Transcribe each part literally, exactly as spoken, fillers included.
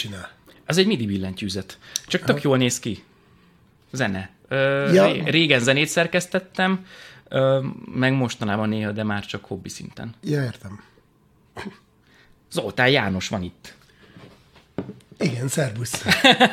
csinál? Az egy midi billentyűzet. Csak tök jól néz ki. Zene. Ö, Ja. Régen zenét szerkesztettem, ö, meg mostanában néha, de már csak hobbi szinten. Ja, értem. Zoltán János van itt. Igen, szervusz.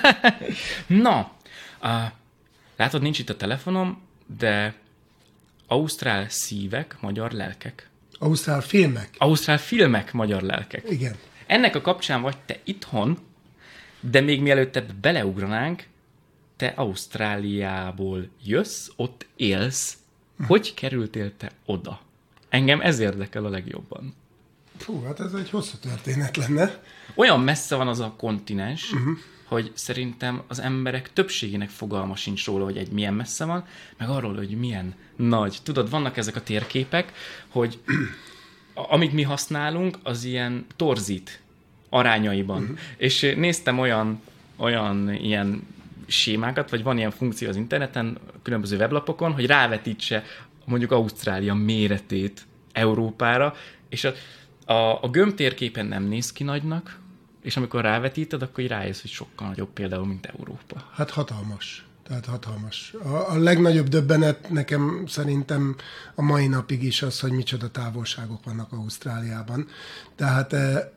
Na, a, látod, nincs itt a telefonom, de ausztrál szívek, magyar lelkek. Ausztrál filmek? Ausztrál filmek, magyar lelkek. Igen. Ennek a kapcsán vagy te itthon, de még mielőtt ebbe beleugranánk, te Ausztráliából jössz, ott élsz. Hogy kerültél te oda? Engem ez érdekel a legjobban. Fú, hát ez egy hosszú történet lenne. Olyan messze van az a kontinens, Uh-huh. hogy szerintem az emberek többségének fogalma sincs róla, hogy egy milyen messze van, meg arról, hogy milyen nagy. Tudod, vannak ezek a térképek, hogy a- amit mi használunk, az ilyen torzít arányaiban. Uh-huh. És néztem olyan, olyan ilyen sémákat, vagy van ilyen funkció az interneten, különböző weblapokon, hogy rávetítse mondjuk Ausztrália méretét Európára, és a, a, a gömbtérképen nem néz ki nagynak, és amikor rávetíted, akkor így rájössz, hogy sokkal nagyobb például, mint Európa. Hát hatalmas. Tehát hatalmas. A, a legnagyobb döbbenet nekem szerintem a mai napig is az, hogy micsoda távolságok vannak Ausztráliában. Tehát e,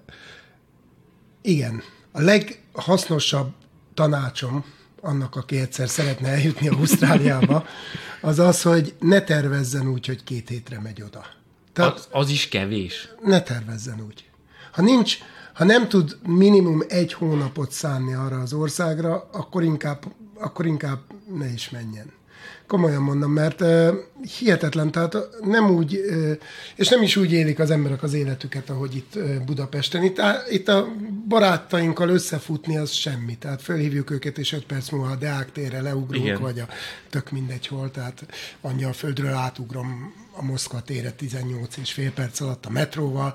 igen, a leghasznosabb tanácsom annak, aki egyszer szeretne eljutni Ausztráliába, az az, hogy ne tervezzen úgy, hogy két hétre megy oda. Tehát Az, az is kevés. ne tervezzen úgy. Ha nincs, ha nem tud minimum egy hónapot szánni arra az országra, akkor inkább, akkor inkább ne is menjen. Komolyan mondom, mert uh, hihetetlen, tehát nem úgy, uh, és nem is úgy élik az emberek az életüket, ahogy itt uh, Budapesten. Itt, á, itt a barátainkkal összefutni az semmi, tehát fölhívjuk őket, és öt perc múlva a Deák térre leugrunk, Igen. vagy a tök mindegy hol, tehát Angyalföldről átugrom a Moszkva térre tizennyolc és fél perc alatt a metróval.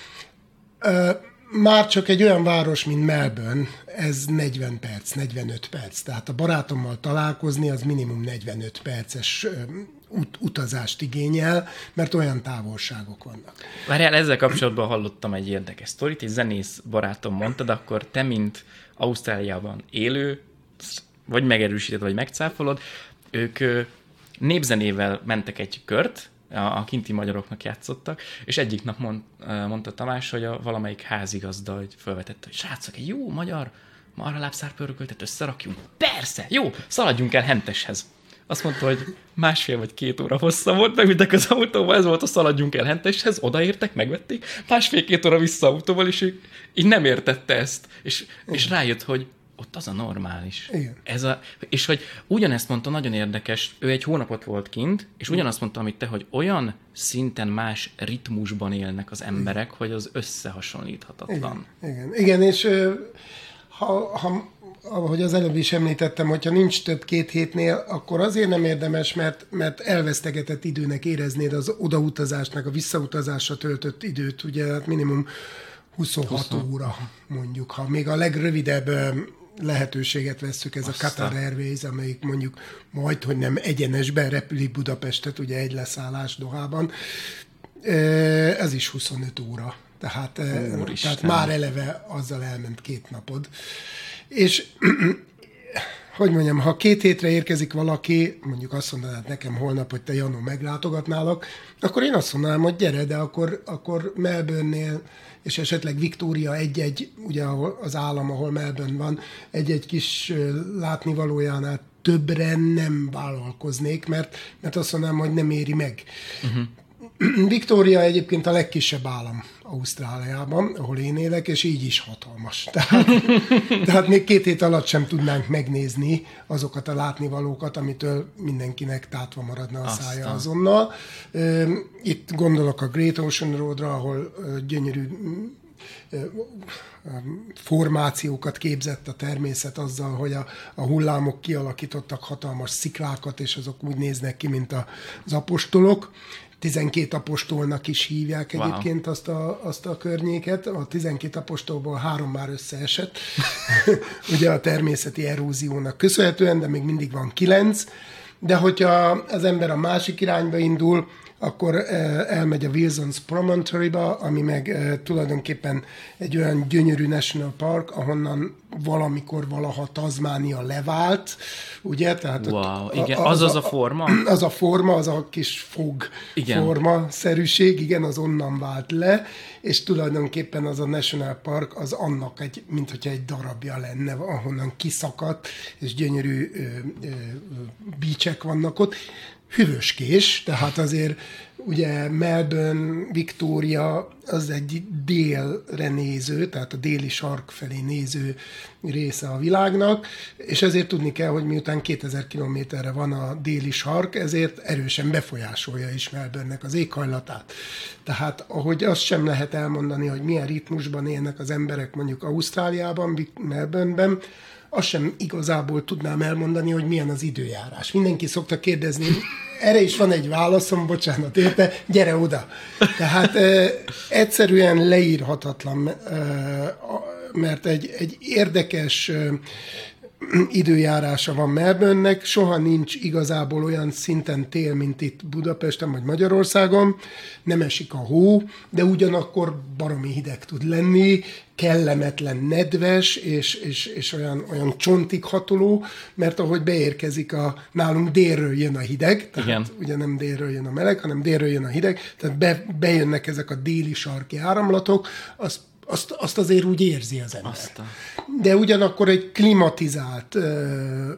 Uh, Már csak egy olyan város, mint Melbourne, ez negyven perc, negyvenöt perc. Tehát a barátommal találkozni, az minimum negyvenöt perces ut- utazást igényel, mert olyan távolságok vannak. Várjál, ezzel kapcsolatban hallottam egy érdekes sztorit, egy zenész barátom mondta, de akkor te, mint Ausztráliában élő, vagy megerősíted, vagy megcáfolod, ők népzenével mentek egy kört, a kinti magyaroknak játszottak, és egyik nap mond, mondta Tamás, hogy a valamelyik házigazda hogy felvetette, hogy srácok, egy jó magyar marhalábszárpörköltet összerakjunk. Persze, jó, szaladjunk el Henteshez. Azt mondta, hogy másfél vagy két óra hossza volt, megültek az autóba, ez volt a szaladjunk el Henteshez, odaértek, megvették, másfél-két óra vissza autóval, és ő így nem értette ezt. És, és rájött, hogy ott az a normális. Igen. Ez a, és hogy ugyanezt mondta, nagyon érdekes, ő egy hónapot volt kint, és ugyanazt mondta, amit te, hogy olyan szinten más ritmusban élnek az emberek, igen, hogy az összehasonlíthatatlan. Igen, igen. igen és ha, ha, ahogy az előbb is említettem, hogyha nincs több két hétnél, akkor azért nem érdemes, mert, mert elvesztegetett időnek éreznéd az odautazásnak, a visszautazásra töltött időt, ugye hát minimum huszonhat óra mondjuk, ha még a legrövidebb lehetőséget vesszük, ez Aztán. a Qatar Airways, amelyik mondjuk majd, hogy nem egyenesben repülik Budapestet, ugye egy leszállás Dohában, ez is huszonöt óra. Tehát, tehát már eleve azzal elment két napod. És hogy mondjam, ha két hétre érkezik valaki, mondjuk azt mondanád nekem holnap, hogy te Janó meglátogatnálak, akkor én azt mondanám, hogy gyere, de akkor, akkor Melbourne-nél és esetleg Victoria egy-egy, ugye az állam, ahol Melbourne van, egy-egy kis látnivalójánál többre nem vállalkoznék, mert, mert azt mondanám, hogy nem éri meg. Uh-huh. Victoria egyébként a legkisebb állam Ausztráliában, ahol én élek, és így is hatalmas. Tehát, tehát még két hét alatt sem tudnánk megnézni azokat a látnivalókat, amitől mindenkinek tátva maradna a szája Aztán. azonnal. Itt gondolok a Great Ocean Roadra, ahol gyönyörű formációkat képzett a természet azzal, hogy a, a hullámok kialakítottak hatalmas sziklákat, és azok úgy néznek ki, mint az apostolok. tizenkét apostolnak is hívják egyébként wow. azt, a, azt a környéket. A tizenkét apostolból három már összeesett, ugye a természeti eróziónak köszönhetően, de még mindig van kilenc. De hogyha az ember a másik irányba indul, akkor elmegy a Wilson's Promontory-ba, ami meg tulajdonképpen egy olyan gyönyörű national park, ahonnan valamikor valaha Tasmánia levált, ugye? Tehát wow, ott, igen, az az a, a forma? Az a forma, az a kis fog igen. forma-szerűség, igen, az onnan vált le, és tulajdonképpen az a national park az annak egy, mint hogyha egy darabja lenne, ahonnan kiszakadt, és gyönyörű ö, ö, beachek vannak ott. Hűvöskés, tehát azért ugye Melbourne, Victoria az egy délre néző, tehát a déli sark felé néző része a világnak, és ezért tudni kell, hogy miután kétezer kilométerre van a déli sark, ezért erősen befolyásolja is Melbourne-nek az éghajlatát. Tehát ahogy azt sem lehet elmondani, hogy milyen ritmusban élnek az emberek mondjuk Ausztráliában, Melbourneben, azt sem igazából tudnám elmondani, hogy milyen az időjárás. Mindenki szokta kérdezni, erre is van egy válaszom, bocsánat érte, gyere oda. Tehát e, egyszerűen leírhatatlan, e, mert egy, egy érdekes e, időjárása van Melbourne-nek, soha nincs igazából olyan szinten tél, mint itt Budapesten vagy Magyarországon, nem esik a hó, de ugyanakkor baromi hideg tud lenni, kellemetlen, nedves, és, és, és olyan, olyan csontig hatoló, mert ahogy beérkezik a, nálunk délről jön a hideg, tehát igen. ugye nem délről jön a meleg, hanem délről jön a hideg, tehát be, bejönnek ezek a déli sarki áramlatok, az Azt, azt azért úgy érzi az ember. Aztán. De ugyanakkor egy klimatizált, uh,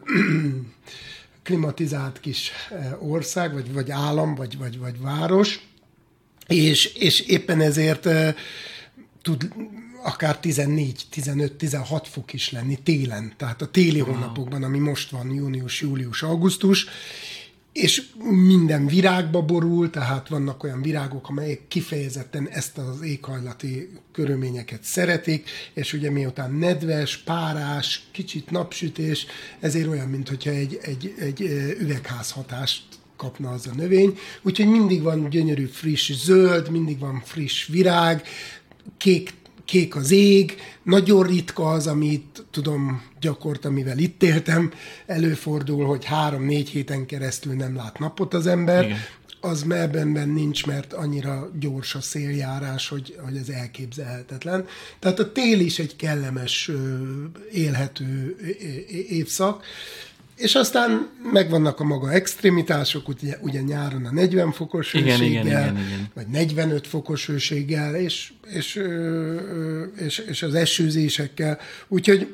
klimatizált kis ország, vagy, vagy állam, vagy, vagy, vagy város, és, és éppen ezért uh, tud akár tizennégy, tizenöt, tizenhat fok is lenni télen, tehát a téli wow. hónapokban, ami most van, június, július, augusztus, és minden virágba borul, tehát vannak olyan virágok, amelyek kifejezetten ezt az éghajlati körülményeket szeretik, és ugye miután nedves, párás, kicsit napsütés, ezért olyan, mintha egy, egy, egy üvegházhatást kapna az a növény. Úgyhogy mindig van gyönyörű friss zöld, mindig van friss virág, kék kék az ég, nagyon ritka az, amit tudom gyakorta, mivel itt éltem, előfordul, hogy három-négy héten keresztül nem lát napot az ember. Igen. Az Melbourneben nincs, mert annyira gyors a széljárás, hogy, hogy ez elképzelhetetlen. Tehát a tél is egy kellemes, élhető évszak, és aztán megvannak a maga extrémitások, ugye, ugye nyáron a negyven fokos igen, hőséggel, igen, igen, igen. vagy negyvenöt fokos hőséggel, és, és, és, és az esőzésekkel. Úgyhogy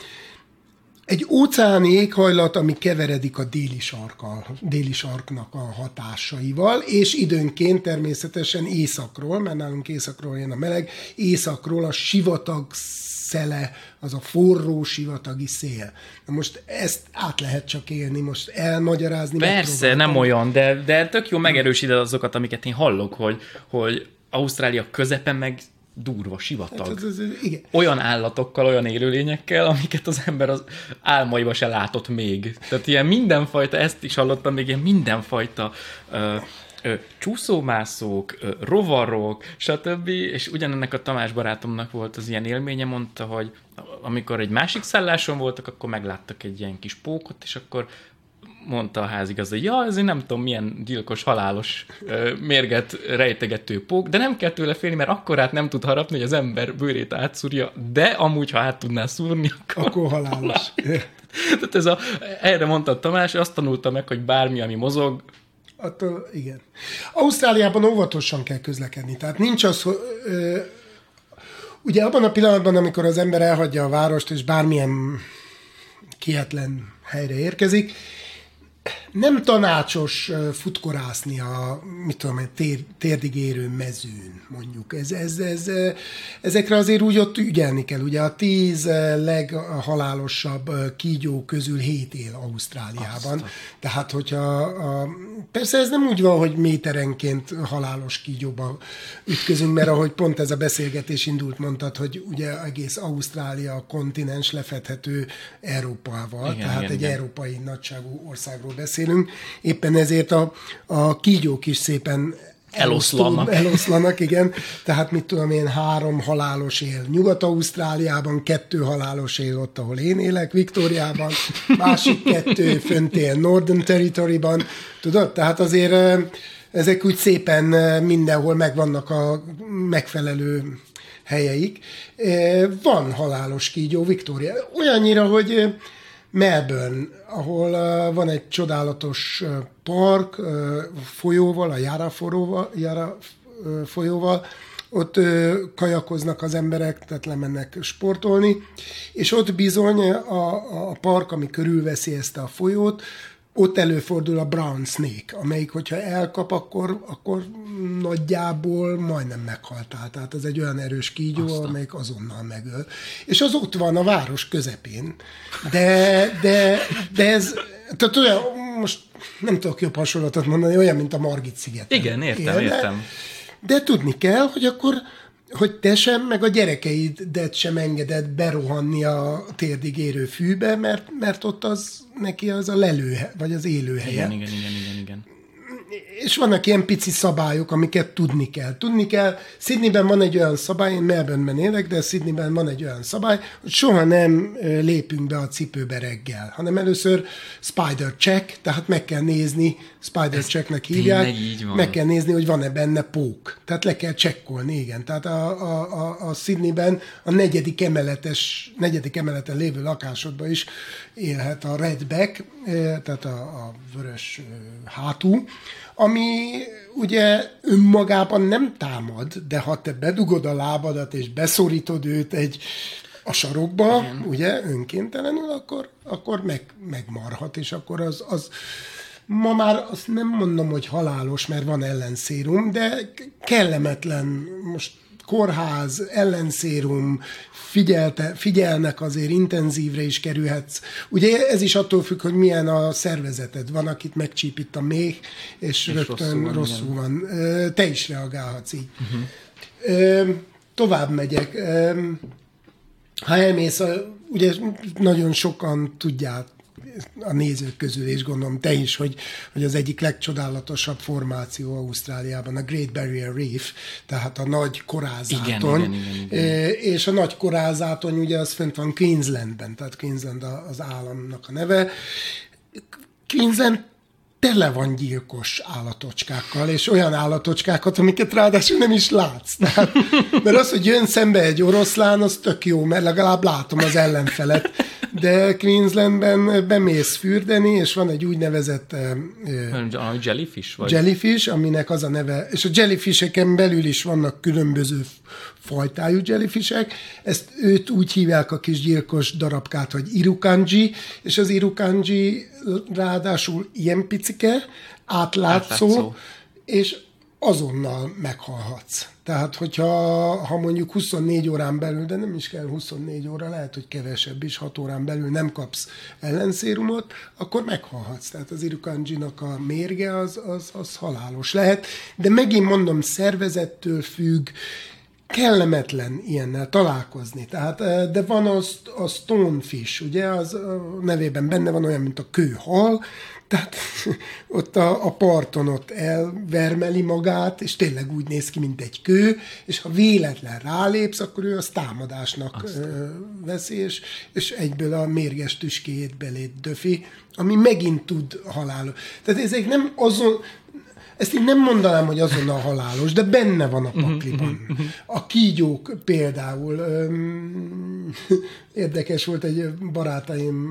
egy óceáni éghajlat, ami keveredik a déli sarkkal, déli sarknak a hatásaival, és időnként természetesen északról, mert nálunk északról jön a meleg, északról a sivatag szele, az a forró sivatagi szél. Na most ezt át lehet csak élni, most elmagyarázni. Persze, nem olyan, de, de tök jó megerősíted azokat, amiket én hallok, hogy, hogy Ausztrália közepen meg durva sivatag. Hát, ez, ez, igen. Olyan állatokkal, olyan élőlényekkel, amiket az ember az álmaiba se látott még. Tehát ilyen mindenfajta, ezt is hallottam, még ilyen mindenfajta ö, ö, csúszómászók, ö, rovarok, stb. És ugyanennek a Tamás barátomnak volt az ilyen élménye, mondta, hogy amikor egy másik szálláson voltak, akkor megláttak egy ilyen kis pókot, és akkor mondta a házigazda, hogy ja, ez nem tudom milyen gyilkos, halálos, mérget rejtegető pók, de nem kell tőle félni, mert akkorát nem tud harapni, hogy az ember bőrét átszúrja, de amúgy, ha át tudná szúrni, akkor, akkor halálos. Tehát ez a, erre mondta Tamás, azt tanulta meg, hogy bármi, ami mozog, attól, igen. Ausztráliában óvatosan kell közlekedni, tehát nincs az, hogy ö, ugye abban a pillanatban, amikor az ember elhagyja a várost, és bármilyen kihetlen helyre érkezik, nem tanácsos futkorászni a, mit tudom, tér, térdig érő mezőn, mondjuk. Ez, ez, ez, ezekre azért úgy ott ügyelni kell. Ugye a tíz leghalálosabb kígyó közül hét él Ausztráliában. Aztán. Tehát, hogyha a, persze ez nem úgy van, hogy méterenként halálos kígyóba ütközünk, mert ahogy pont ez a beszélgetés indult, mondtad, hogy ugye egész Ausztrália a kontinens lefedhető Európával, igen, tehát igen, egy igen. európai nagyságú országról beszélünk. Éppen ezért a, a kígyók is szépen eloszlanak. eloszlanak, igen. Tehát mit tudom én, három halálos él Nyugat-Ausztráliában, kettő halálos él ott, ahol én élek, Viktóriában, másik kettő fönt él Northern Territory-ban. Tudod? Tehát azért Ezek úgy szépen mindenhol megvannak a megfelelő helyeik. Van halálos kígyó, Victoria. Olyannyira, hogy Melbourne, ahol van egy csodálatos park folyóval, a Yarra folyóval, Yarra folyóval, ott kajakoznak az emberek, tehát lemennek sportolni, és ott bizony a, a park, ami körülveszi ezt a folyót, ott előfordul a brown snake, amelyik, hogyha elkap, akkor, akkor nagyjából majdnem meghaltál. Tehát ez egy olyan erős kígyó, Aztán. amelyik azonnal megöl. És az ott van a város közepén. De, de, de ez, tehát olyan, most nem tudok jobb hasonlatot mondani, olyan, mint a Margit-szigeten. Igen, értem, élne. értem. De tudni kell, hogy akkor hogy te sem, meg a gyerekeidet sem engeded berohanni a térdig érő fűbe, mert, mert ott az neki az a lelőhe, vagy az élőhelye. Igen, igen, igen, igen, igen. És vannak ilyen pici szabályok, amiket tudni kell. Tudni kell, Sydneyben van egy olyan szabály, én Melbourneben élek, de Sydneyben van egy olyan szabály, hogy soha nem lépünk be a cipőbe reggel, hanem először spider check, tehát meg kell nézni, spider checknek hívják, meg kell nézni, hogy van-e benne pók. Tehát le kell csekkolni, igen. Tehát a, a, a, a Sydneyben a negyedik emeletes, negyedik emeleten lévő lakásodban is élhet a redback, tehát a, a vörös hátú, ami ugye önmagában nem támad, de ha te bedugod a lábadat és beszorítod őt egy a sarokba, igen. ugye, önkéntelenül, akkor, akkor meg, megmarhat, és akkor az, az ma már azt nem mondom, hogy halálos, mert van ellenszérum, de kellemetlen, most kórház, ellenszérum, figyelte, figyelnek azért, intenzívre is kerülhetsz. Ugye ez is attól függ, hogy milyen a szervezeted. Van, akit megcsípít a méh, és, és rögtön rosszul van. Rosszul van. Te is reagálhatsz így. Uh-huh. Tovább megyek. Ha elmész, ugye nagyon sokan tudják, a nézők közül, és gondolom te is, hogy, hogy az egyik legcsodálatosabb formáció Ausztráliában a Great Barrier Reef, tehát a nagy korázátony. Igen, igen, igen, igen. És a nagy korázátony ugye az fönt van Queenslandben, tehát Queensland az államnak a neve. Queensland tele van gyilkos állatocskákkal, és olyan állatocskákat, amiket ráadásul nem is látsz. Tehát, mert az, hogy jön szembe egy oroszlán, az tök jó, mert legalább látom az ellenfelet. De Queenslandben bemész fürdeni, és van egy úgynevezett uh, jellyfish, vagy? jellyfish, aminek az a neve, és a jellyfisheken belül is vannak különböző fajtájú jellyfishek. Ezt őt úgy hívják, a kis gyilkos darabkát, hogy irukandji, és az irukandji ráadásul ilyen picike, átlátszó, átlátszó. és azonnal meghalhatsz. Tehát, hogyha ha mondjuk huszonnégy órán belül, de nem is kell huszonnégy óra, lehet, hogy kevesebb is, hat órán belül nem kapsz ellenszérumot, akkor meghalhatsz. Tehát az irukandjinak a mérge az, az, az halálos lehet. De megint mondom, szervezettől függ, kellemetlen ilyennel találkozni. Tehát, de van az, a stonefish, ugye, az a nevében benne van olyan, mint a kőhal, tehát ott a, a parton ott elvermeli magát, és tényleg úgy néz ki, mint egy kő, és ha véletlen rálépsz, akkor ő az támadásnak ö, veszi, és, és egyből a mérges tüskéjét beléd döfi, ami megint tud halálos. Tehát ezek nem azon, ezt én nem mondanám, hogy azonnal halálos, de benne van a pakliban. A kígyók például, öm, érdekes volt, egy barátaim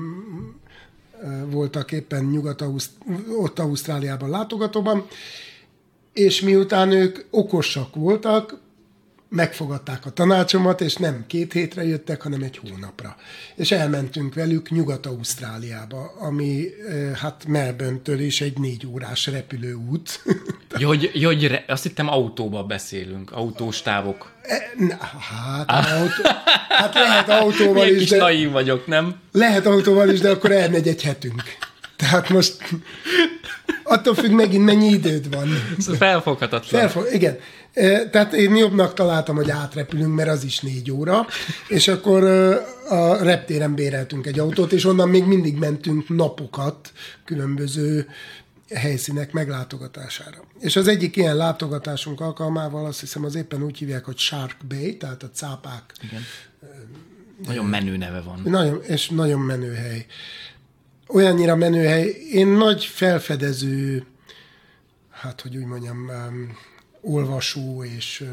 voltak éppen nyugat ott Ausztráliában látogatóban, és miután ők okosak voltak, megfogadták a tanácsomat, és nem két hétre jöttek, hanem egy hónapra. És elmentünk velük Nyugat-Ausztráliába, ami hát Melbourne-től is egy négy órás repülőút. Jó, hogy, jó, hogy azt hittem autóba beszélünk, autós távok. Hát, ah. autó, hát lehet autóval Milyen is, kis de... naív vagyok, nem? Lehet autóval is, de akkor elmegy egy hetünk. Tehát most attól függ megint, mennyi időd van. Szóval felfoghatatlan. Felfog, igen. Tehát én jobbnak találtam, hogy átrepülünk, mert az is négy óra, és akkor a reptéren béreltünk egy autót, és onnan még mindig mentünk napokat különböző helyszínek meglátogatására. És az egyik ilyen látogatásunk alkalmával, azt hiszem, az éppen úgy hívják, hogy Shark Bay, tehát a cápák. Igen. Nagyon menő neve van. Nagyon, és nagyon menő hely. Olyannyira menő hely. Én nagy felfedező, hát hogy úgy mondjam, olvasó és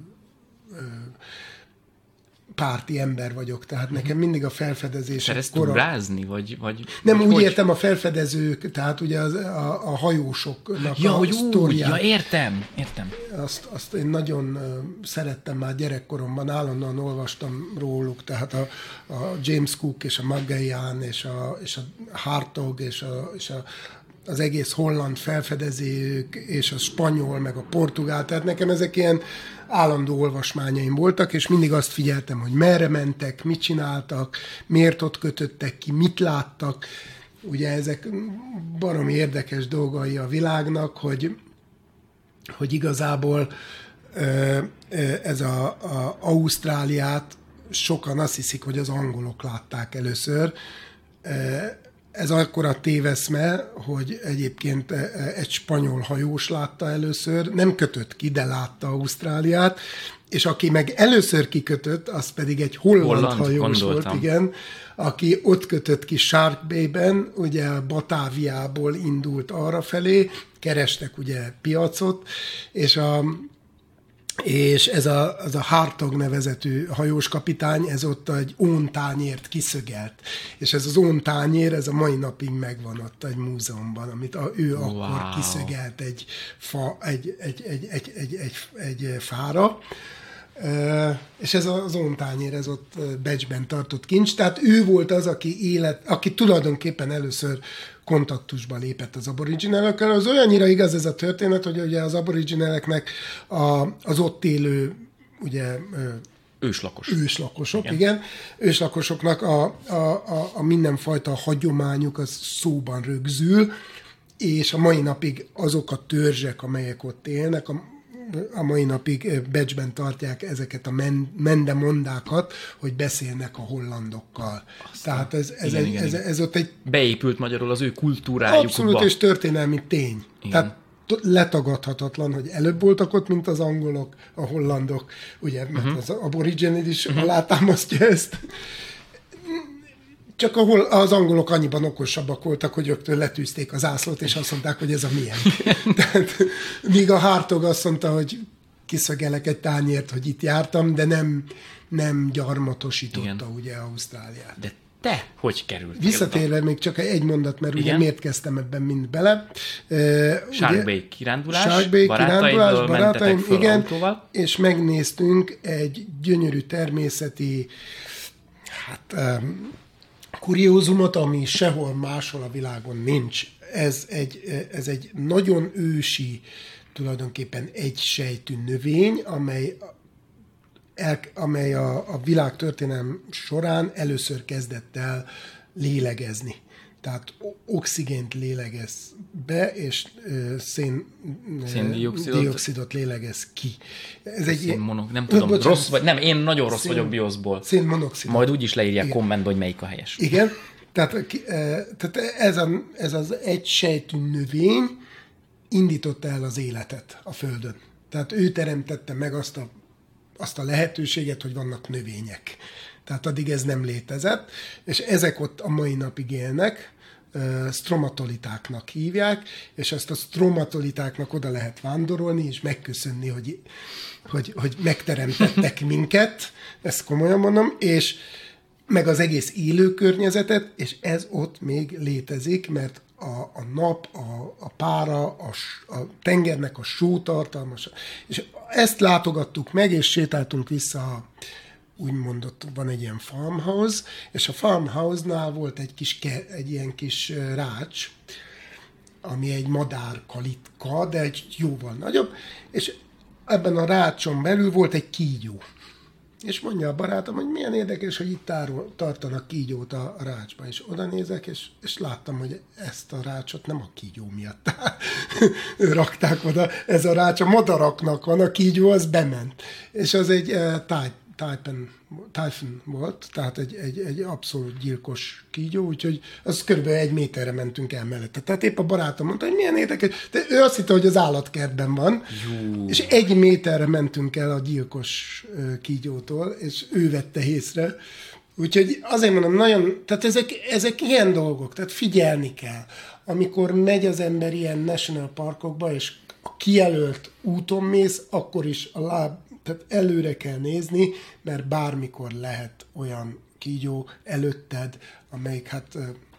párti ember vagyok, tehát nekem mindig a felfedezések Szeretsz kora... túrázni, vagy, vagy... Nem, vagy úgy hogy? értem a felfedezők, tehát ugye az, a, a hajósoknak Ja, a hogy sztoriát. úgy, ja, értem, értem. Azt, azt én nagyon uh, szerettem már gyerekkoromban, állandóan olvastam róluk, tehát a, a James Cook és a Magellan és a, és a Hartog és, a, és a, az egész holland felfedezők és a spanyol, meg a portugál, tehát nekem ezek ilyen állandó olvasmányaim voltak, és mindig azt figyeltem, hogy merre mentek, mit csináltak, miért ott kötöttek ki, mit láttak. Ugye ezek baromi érdekes dolgai a világnak, hogy, hogy igazából ez a, a Ausztráliát sokan azt hiszik, hogy az angolok látták először. Ez akkora téveszme, hogy egyébként egy spanyol hajós látta először, nem kötött ki, de látta Ausztráliát, és aki meg először kikötött, az pedig egy holland, holland hajós gondoltam. volt, igen, aki ott kötött ki Shark Bay-ben, ugye Batáviából indult arrafelé, kerestek ugye piacot, és a és ez a, az a Hartog nevezetű hajóskapitány, ez ott egy óntányért kiszögelt. És ez az óntányér, ez a mai napig megvan ott egy múzeumban, amit a, ő wow. akkor kiszögelt egy, fa, egy, egy, egy, egy, egy, egy, egy fára. Uh, és ez az óntányér, ez ott Becsben tartott kincs. Tehát ő volt az, aki, élet, aki tulajdonképpen először kontaktusba lépett az aboriginálekkel. Az olyannyira igaz ez a történet, hogy ugye az aborigináleknek a, az ott élő ugye, őslakos. őslakosok, igen. igen. Őslakosoknak a, a, a, a mindenfajta hagyományuk az szóban rögzül, és a mai napig azok a törzsek, amelyek ott élnek, a, a mai napig Becsben tartják ezeket a men, mendemondákat, hogy beszélnek a hollandokkal. Aztán, Tehát ez, ez, igen, egy, igen, ez, ez ott egy... Beépült magyarul az ő kultúrájukba. Abszolút, és történelmi tény. Igen. Tehát letagadhatatlan, hogy előbb voltak ott, mint az angolok, a hollandok, ugye, mert uh-huh. az aborigin is uh-huh. alátámasztja ezt. Csak ahol az angolok annyiban okosabbak voltak, hogy rögtön letűzték az ászlót, és azt mondták, hogy ez a milyen. Tehát, míg a Hartog azt mondta, hogy kiszögelek egy tányért, hogy itt jártam, de nem, nem gyarmatosította igen. ugye Ausztráliát. De te hogy került? Visszatérve még csak egy mondat, mert igen? ugye miért kezdtem ebben mind bele. Shark Bay kirándulás, Shark Bay kirándulás, barátaim, igen, autóval. És megnéztünk egy gyönyörű természeti hát... Um, kuriózumot, ami sehol máshol a világon nincs. Ez egy, ez egy nagyon ősi, tulajdonképpen egysejtű növény, amely, el, amely a, a világ történelem során először kezdett el lélegezni. Tehát oxigént lélegez be, és uh, szén, széndioxidot lélegez ki. Ez egy Szénmonok, nem tudom, bocsánat, rossz vagy, nem, én nagyon rossz szén, vagyok bioszból. Szénmonoxidot. Majd úgyis leírják kommentbe, hogy melyik a helyes. Igen, tehát, tehát ez, a, ez az egysejtű növény indította el az életet a Földön. Tehát ő teremtette meg azt a, azt a lehetőséget, hogy vannak növények. Tehát addig ez nem létezett, és ezek ott a mai napig élnek, stromatolitáknak hívják, és ezt a stromatolitáknak oda lehet vándorolni, és megköszönni, hogy, hogy, hogy megteremtettek minket, ezt komolyan mondom, és meg az egész élő környezetet, és ez ott még létezik, mert a, a nap, a, a pára, a, a tengernek a só tartalmas, és ezt látogattuk meg, és sétáltunk vissza a úgy mondott, van egy ilyen farmhouse, és a farmhouse-nál volt egy, kis, egy ilyen kis rács, ami egy madárkalitka, de egy jóval nagyobb, és ebben a rácson belül volt egy kígyó. És mondja a barátom, hogy milyen érdekes, hogy itt tárol, tartanak kígyót a rácsba, és oda nézek, és, és láttam, hogy ezt a rácsot nem a kígyó miatt rakták oda. Ez a rács a madaraknak van, a kígyó az bement. És az egy uh, type Typhon, Typhon volt, tehát egy, egy, egy abszolút gyilkos kígyó, úgyhogy az körülbelül egy méterre mentünk el mellette. Tehát épp a barátom mondta, hogy milyen érdekes, de ő azt hitte, hogy az állatkertben van, Jú. és egy méterre mentünk el a gyilkos kígyótól, és ő vette észre. Úgyhogy azért mondom, nagyon, tehát ezek, ezek ilyen dolgok, tehát figyelni kell. Amikor megy az ember ilyen national parkokba, és a kijelölt úton mész, akkor is a láb, tehát előre kell nézni, mert bármikor lehet olyan kígyó előtted, amelyik hát...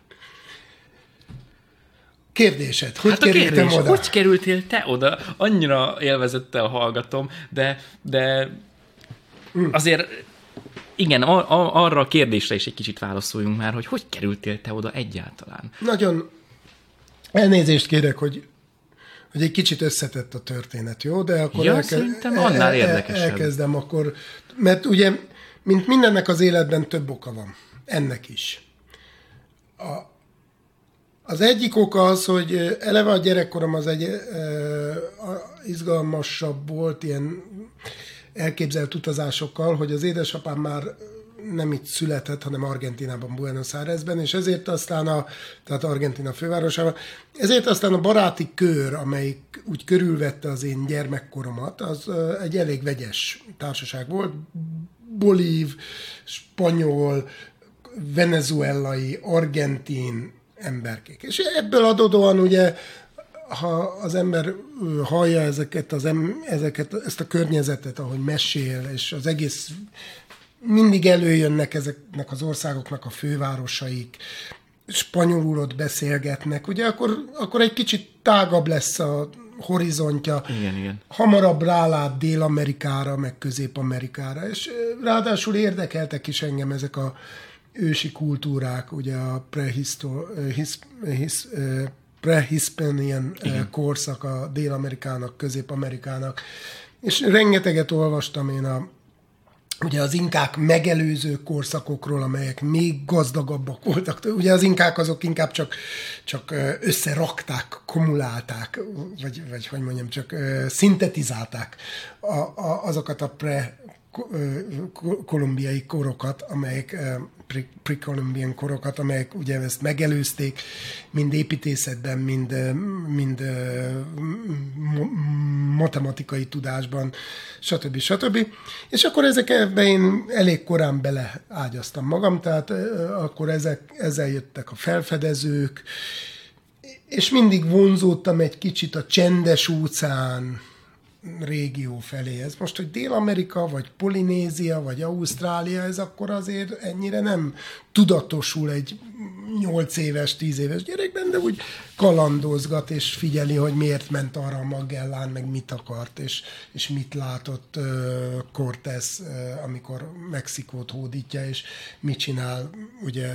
Kérdésed, hogy hát kerültem kérdés, oda? Hogy kerültél te oda? Annyira élvezettel hallgatom, de, de mm. azért igen, ar- ar- arra a kérdésre is egy kicsit válaszoljunk már, hogy hogy kerültél te oda egyáltalán? Nagyon elnézést kérek, hogy, hogy egy kicsit összetett a történet, jó? De akkor ja, elke- szerintem annál el- érdekesebb. elkezdem akkor, mert ugye, mint mindennek az életben több oka van. Ennek is. A Az egyik oka az, hogy eleve a gyerekkorom az egy e, izgalmasabb volt, ilyen elképzelt utazásokkal, hogy az édesapám már nem itt született, hanem Argentinában, Buenos Airesben, és ezért aztán a, tehát Argentina fővárosában, ezért aztán a baráti kör, amelyik úgy körülvette az én gyermekkoromat, az egy elég vegyes társaság volt, bolív, spanyol, venezuelai, argentin emberkék. És ebből adódóan ugye, ha az ember hallja ezeket, az em, ezeket, ezt a környezetet, ahogy mesél, és az egész mindig előjönnek ezeknek az országoknak a fővárosaik, spanyolul ott beszélgetnek, ugye akkor, akkor egy kicsit tágabb lesz a horizontja. Igen, igen. Hamarabb rálát Dél-Amerikára, meg Közép-Amerikára, és ráadásul érdekeltek is engem ezek a ősi kultúrák, ugye a pre-Hispanian korszak a Dél-Amerikának, Közép-Amerikának, és rengeteget olvastam én a, ugye az inkák megelőző korszakokról, amelyek még gazdagabbak voltak. Ugye az inkák azok inkább csak, csak összerakták, kumulálták, vagy, vagy hogy mondjam, csak szintetizálták a, a, azokat a pre kolumbiai korokat, amelyek pre-columbian korokat, amelyek ugye ezt megelőzték, mind építészetben, mind, mind matematikai tudásban, stb. stb. És akkor ezekben én elég korán beleágyaztam magam, tehát akkor ezek, ezzel jöttek a felfedezők, és mindig vonzódtam egy kicsit a csendes óceán régió felé. Ez most, hogy Dél-Amerika, vagy Polinézia, vagy Ausztrália, ez akkor azért ennyire nem tudatosul egy nyolc éves, tíz éves gyerekben, de úgy kalandozgat, és figyeli, hogy miért ment arra a Magellán, meg mit akart, és, és mit látott uh, Cortés, uh, amikor Mexikót hódítja, és mit csinál ugye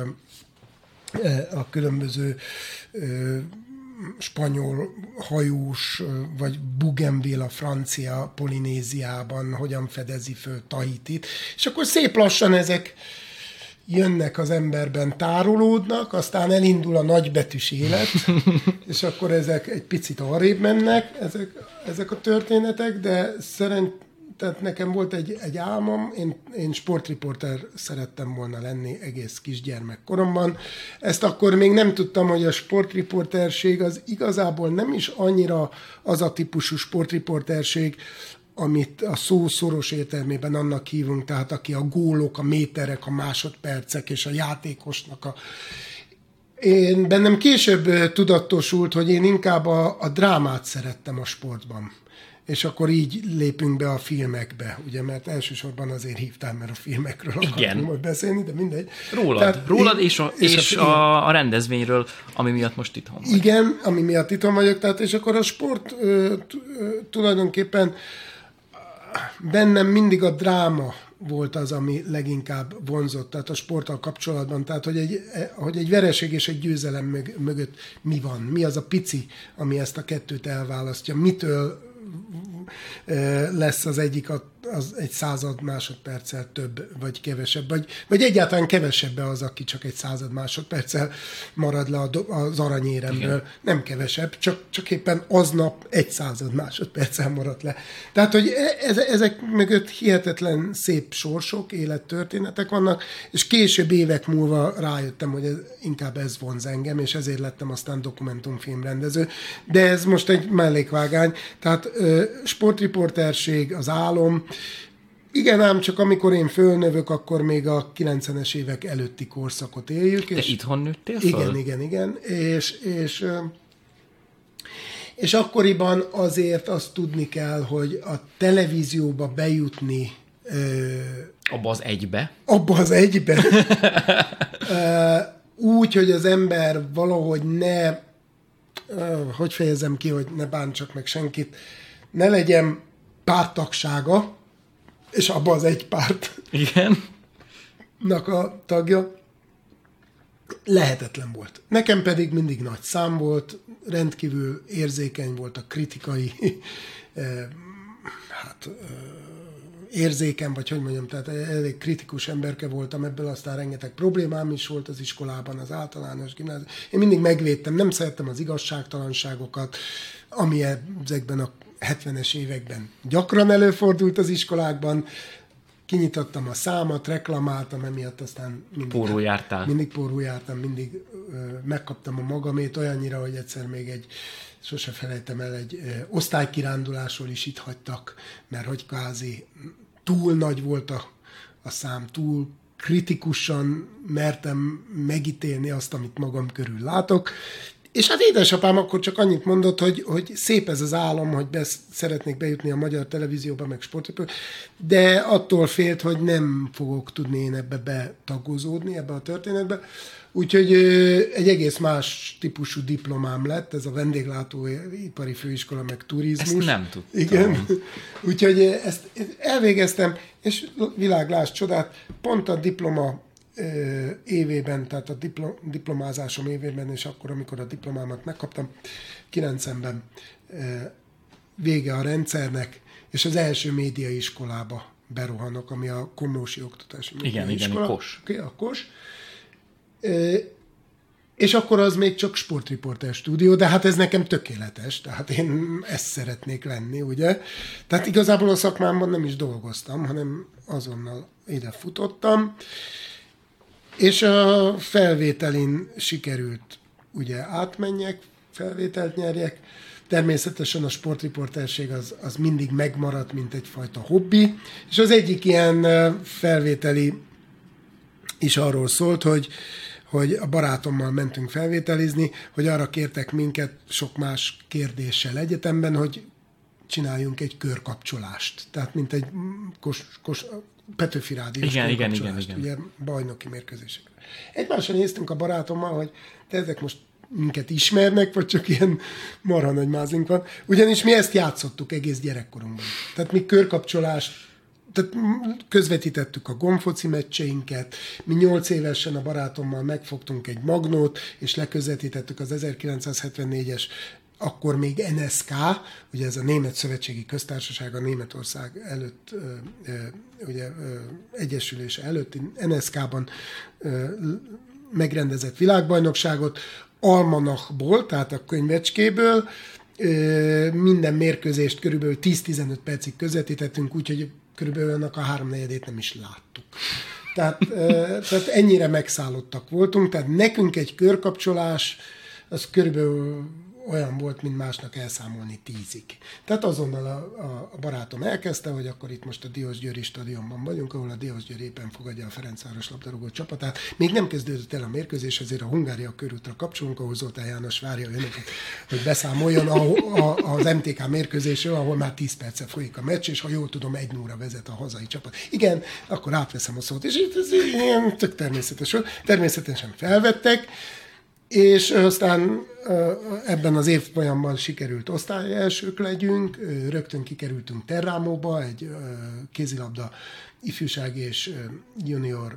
uh, a különböző uh, spanyol hajós, vagy Bougainville a francia Polinéziában, hogyan fedezi föl Tahitit, és akkor szép lassan ezek jönnek az emberben, tárolódnak, aztán elindul a nagybetűs élet, és akkor ezek egy picit arrébb mennek, ezek, ezek a történetek, de szerint tehát nekem volt egy, egy álmom, én, én sportriporter szerettem volna lenni egész kisgyermekkoromban. Ezt akkor még nem tudtam, hogy a sportriporterség az igazából nem is annyira az a típusú sportriporterség, amit a szó szoros értelmében annak hívunk, tehát aki a gólok, a méterek, a másodpercek és a játékosnak a... Én bennem később tudatosult, hogy én inkább a, a drámát szerettem a sportban. És akkor így lépünk be a filmekbe, ugye, mert elsősorban azért hívtál, mert a filmekről akartunk majd beszélni, de mindegy. Rólad, Tehát Rólad én, és, a, és, és a, a, a rendezvényről, ami miatt most itthon vagy. Igen, ami miatt itthon vagyok, tehát és akkor a sport ö, t, ö, tulajdonképpen bennem mindig a dráma volt az, ami leginkább vonzott, tehát a sporttal kapcsolatban, tehát hogy egy, hogy egy vereség és egy győzelem mög, mögött mi van, mi az a pici, ami ezt a kettőt elválasztja, mitől lesz az egyik az egy század másodperccel több, vagy kevesebb, vagy, vagy egyáltalán kevesebb az, aki csak egy század másodperccel marad le az aranyéremről. Igen. Nem kevesebb, csak, csak éppen aznap egy század másodperccel maradt le. Tehát, hogy ezek mögött hihetetlen szép sorsok, élettörténetek vannak, és később évek múlva rájöttem, hogy ez, inkább ez vonz engem, és ezért lettem aztán dokumentumfilmrendező. De ez most egy mellékvágány. Tehát sportriporterség, az álom. Igen, ám csak amikor én fölnövök, akkor még a kilencvenes évek előtti korszakot éljük. Te és itthon nőttél igen, föl? Igen, igen, igen. És, és És akkoriban azért azt tudni kell, hogy a televízióba bejutni ö, abba az egybe. Abba az egybe. ö, úgy, hogy az ember valahogy ne, ö, hogy fejezem ki, hogy ne bántsak meg senkit, ne legyen párttagsága, és abba az egy párt. Igen. nak a tagja. Lehetetlen volt. Nekem pedig mindig nagy szám volt, rendkívül érzékeny volt a kritikai hát érzéken, vagy hogy mondjam, tehát elég kritikus emberke voltam, ebből aztán rengeteg problémám is volt az iskolában, az általános gimnázium. Én mindig megvédtem, nem szerettem az igazságtalanságokat, ami ezekben a hetvenes években gyakran előfordult az iskolákban. Kinyitottam a számat, reklamáltam, emiatt aztán mindig pórul jártál. Mindig pórul jártam, mindig ö, megkaptam a magamét olyannyira, hogy egyszer még egy, sose felejtem el, egy ö, osztálykirándulásról is itt hagytak, mert hogy kvázi túl nagy volt a, a szám, túl kritikusan mertem megítélni azt, amit magam körül látok. És hát édesapám akkor csak annyit mondott, hogy, hogy szép ez az álom, hogy besz, szeretnék bejutni a magyar televízióba, meg sportépőbe, de attól félt, hogy nem fogok tudni én ebbe betagozódni, ebbe a történetbe. Úgyhogy egy egész más típusú diplomám lett, ez a vendéglátóipari főiskola, meg turizmus. Ezt nem tudtam. Igen. Úgyhogy ezt elvégeztem, és világlás csodát, pont a diploma évében, tehát a diplom, diplomázásom évében, és akkor, amikor a diplomámat megkaptam, kilencvenben vége a rendszernek, és az első médiaiskolába berohanok, ami a Komlósi Oktatási Igen, igen, a Kos. A Kos. És akkor az még csak sportriporter stúdió, de hát ez nekem tökéletes, tehát én ezt szeretnék lenni, ugye? Tehát igazából a szakmámban nem is dolgoztam, hanem azonnal ide futottam, és a felvételin sikerült ugye átmenjek, felvételt nyerjek. Természetesen a sportriporterség az, az mindig megmaradt, mint egyfajta hobbi, és az egyik ilyen felvételi is arról szólt, hogy, hogy a barátommal mentünk felvételizni, hogy arra kértek minket sok más kérdéssel egyetemben, hogy csináljunk egy körkapcsolást. Tehát mint egy kos, kos, Petőfi Rádiós igen, igen, igen, igen. Ugye bajnoki mérkőzések. Egymásra néztünk a barátommal, hogy te ezek most minket ismernek, vagy csak ilyen marha nagy mázink van. Ugyanis mi ezt játszottuk egész gyerekkorunkban. Tehát mi körkapcsolást, tehát közvetítettük a gombfoci meccseinket, mi nyolc évesen a barátommal megfogtunk egy magnót, és leközvetítettük az ezerkilencszázhetvennégyes akkor még en es ká, ugye ez a Német Szövetségi Köztársaság, a Németország előtt, ugye egyesülése előtti en es ká-ban megrendezett világbajnokságot, almanachból, tehát a könyvecskéből, minden mérkőzést körülbelül tíz-tizenöt percig közvetítettünk, úgyhogy körülbelül annak a háromnegyedét nem is láttuk. Tehát, tehát ennyire megszállottak voltunk, tehát nekünk egy körkapcsolás, az körülbelül olyan volt, mint másnak elszámolni tízig. Tehát azonnal a, a, a barátom elkezdte, hogy akkor itt most a Diósgyőri stadionban vagyunk, ahol a Diósgyőr éppen fogadja a Ferencváros labdarúgó csapatát. Még nem kezdődött el a mérkőzés, ezért a Hungária körútra kapcsolunk, ahol Zoltán János várja önöket, hogy beszámoljon a, a, az em té ká mérkőzésről, ahol már tíz perce folyik a meccs, és ha jól tudom, egy nulla vezet a hazai csapat. Igen, akkor átveszem a szót, és itt ez ilyen tök természetes volt. Természetesen felvettek, és aztán ebben az évfolyamban sikerült osztály elsők legyünk, rögtön kikerültünk Terrámóba, egy kézilabda, ifjúsági és junior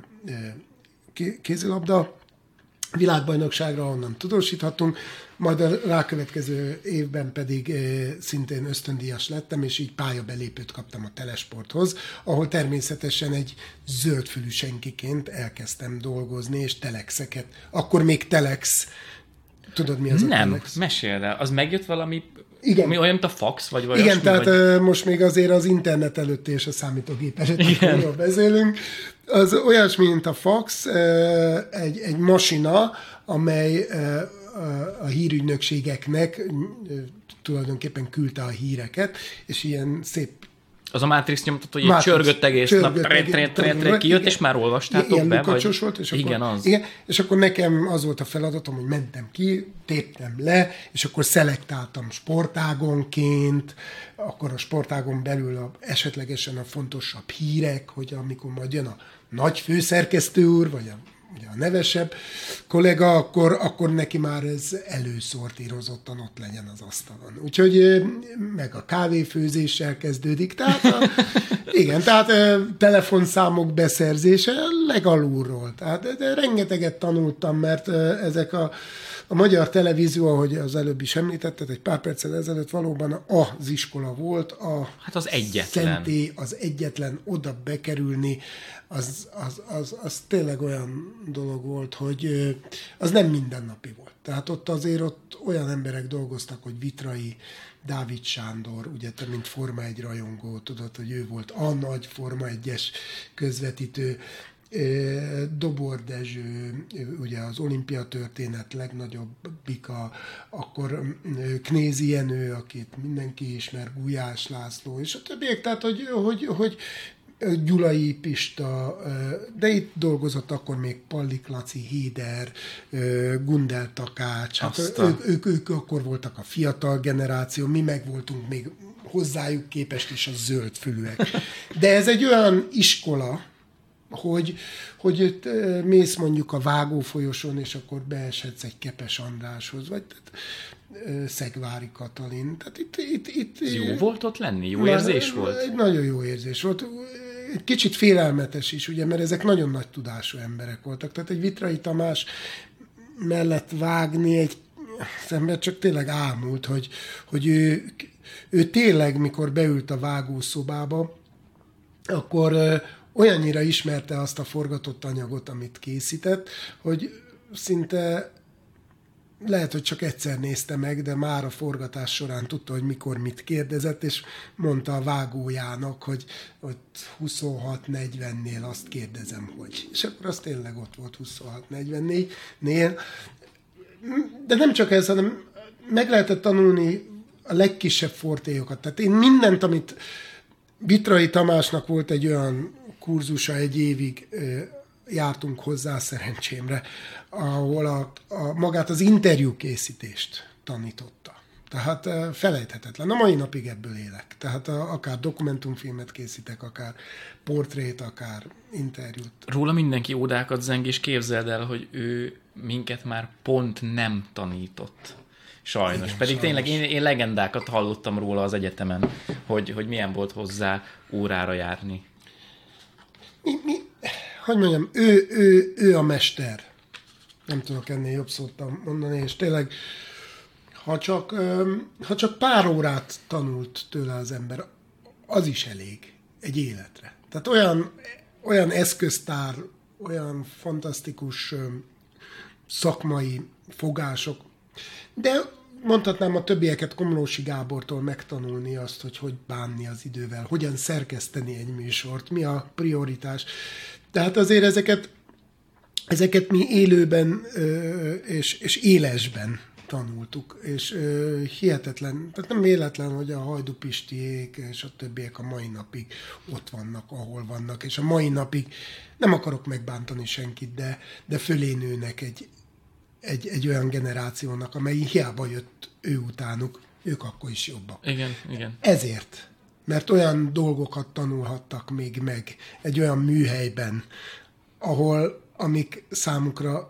kézilabda világbajnokságra, onnan tudósíthatunk, majd a rákövetkező évben pedig szintén ösztöndíjas lettem, és így pályabelépőt kaptam a Telesporthoz, ahol természetesen egy zöldfülű senkiként elkezdtem dolgozni, és telexeket. Akkor még telex. Tudod, mi az a Nem, telex? meséld el. Az megjött valami, igen. Mi olyan, mint a fax? Vagy vagy Igen, olyasmi, tehát vagy... most még azért az internet előtt és a számítógép előtt beszélünk. Az olyasmi, mint a fax, egy, egy masina, amely a hírügynökségeknek tulajdonképpen küldte a híreket, és ilyen szép Az a Matrix nyomtató, hogy Matrix, csörgött egész csörgött nap, tre, tre, tre, tre, kijött, igen, és már olvastátok ilyen be? Vagy... volt, és igen, akkor, az. Igen, és akkor nekem az volt a feladatom, hogy mentem ki, téptem le, és akkor szelektáltam sportágonként, akkor a sportágon belül a, esetlegesen a fontosabb hírek, hogy amikor majd jön a nagy főszerkesztő úr, vagy a ugye a nevesebb kollega, akkor, akkor neki már ez előszortírozottan ott legyen az asztalon. Úgyhogy meg a kávéfőzéssel kezdődik. Tehát a, igen, tehát telefonszámok beszerzése legalulról. Tehát de, de rengeteget tanultam, mert ezek a A magyar televízió, ahogy az előbb is említetted, egy pár perccel ezelőtt valóban az iskola volt, a hát az egyetlen. Szentély, az egyetlen oda bekerülni, az, az, az, az tényleg olyan dolog volt, hogy az nem mindennapi volt. Tehát ott azért ott olyan emberek dolgoztak, hogy Vitrai Dávid Sándor, ugye te, mint Forma egy rajongó, tudod, hogy ő volt a nagy Forma egyes közvetítő, Dobor Dezső, ugye az olimpia történet legnagyobbika, akkor Knézi Jenő, akit mindenki ismer, Gulyás László, és a többiek, tehát hogy, hogy, hogy Gyulai Pista, de itt dolgozott akkor még Pallik Laci, Héder, Gundel Takács, hát ők, ők, ők akkor voltak a fiatal generáció, mi meg voltunk még hozzájuk képest is a zöldfülűek. De ez egy olyan iskola, hogy, hogy mész mondjuk a Vágófolyoson, és akkor beeshetsz egy Kepes Andráshoz, vagy Szegvári Katalin. Tehát itt, itt, itt, jó volt ott lenni? Jó érzés volt? Egy nagyon jó érzés volt. Egy kicsit félelmetes is, ugye, mert ezek nagyon nagy tudású emberek voltak. Tehát egy Vitrai Tamás mellett vágni egy ember csak tényleg ámult, hogy, hogy ő, ő tényleg, mikor beült a vágószobába, akkor olyannyira ismerte azt a forgatott anyagot, amit készített, hogy szinte lehet, hogy csak egyszer nézte meg, de már a forgatás során tudta, hogy mikor mit kérdezett, és mondta a vágójának, hogy, hogy huszonhat negyvennél azt kérdezem, hogy. És akkor az tényleg ott volt huszonhat negyvennél. De nem csak ez, hanem meg lehetett tanulni a legkisebb fortélyokat. Tehát én mindent, amit Vitrai Tamásnak volt egy olyan kurzusa, egy évig jártunk hozzá szerencsémre, ahol a, a, magát az interjúkészítést tanította. Tehát felejthetetlen. A mai napig ebből élek. Tehát a, akár dokumentumfilmet készítek, akár portrét, akár interjút. Róla mindenki ódákat zeng, és képzeld el, hogy ő minket már pont nem tanított. Sajnos. Igen, Pedig sajnos. tényleg én, én legendákat hallottam róla az egyetemen, hogy, hogy milyen volt hozzá órára járni. Mi, mi, hogy mondjam, ő, ő, ő a mester. Nem tudok ennél jobb szót mondani, és tényleg, ha csak, ha csak pár órát tanult tőle az ember, az is elég egy életre. Tehát olyan, olyan eszköztár, olyan fantasztikus szakmai fogások, de mondhatnám a többieket Komlósi Gábortól megtanulni azt, hogy hogy bánni az idővel, hogyan szerkeszteni egy műsort, mi a prioritás. Tehát azért ezeket, ezeket mi élőben és, és élesben tanultuk, és hihetetlen, tehát nem véletlen, hogy a Hajdú Pistiék és a többiek a mai napig ott vannak, ahol vannak, és a mai napig nem akarok megbántani senkit, de, de fölé nőnek egy Egy, egy olyan generációnak, amely hiába jött ő utánuk, ők akkor is jobbak. Igen, igen. Ezért, mert olyan dolgokat tanulhattak még meg egy olyan műhelyben, ahol, amik számukra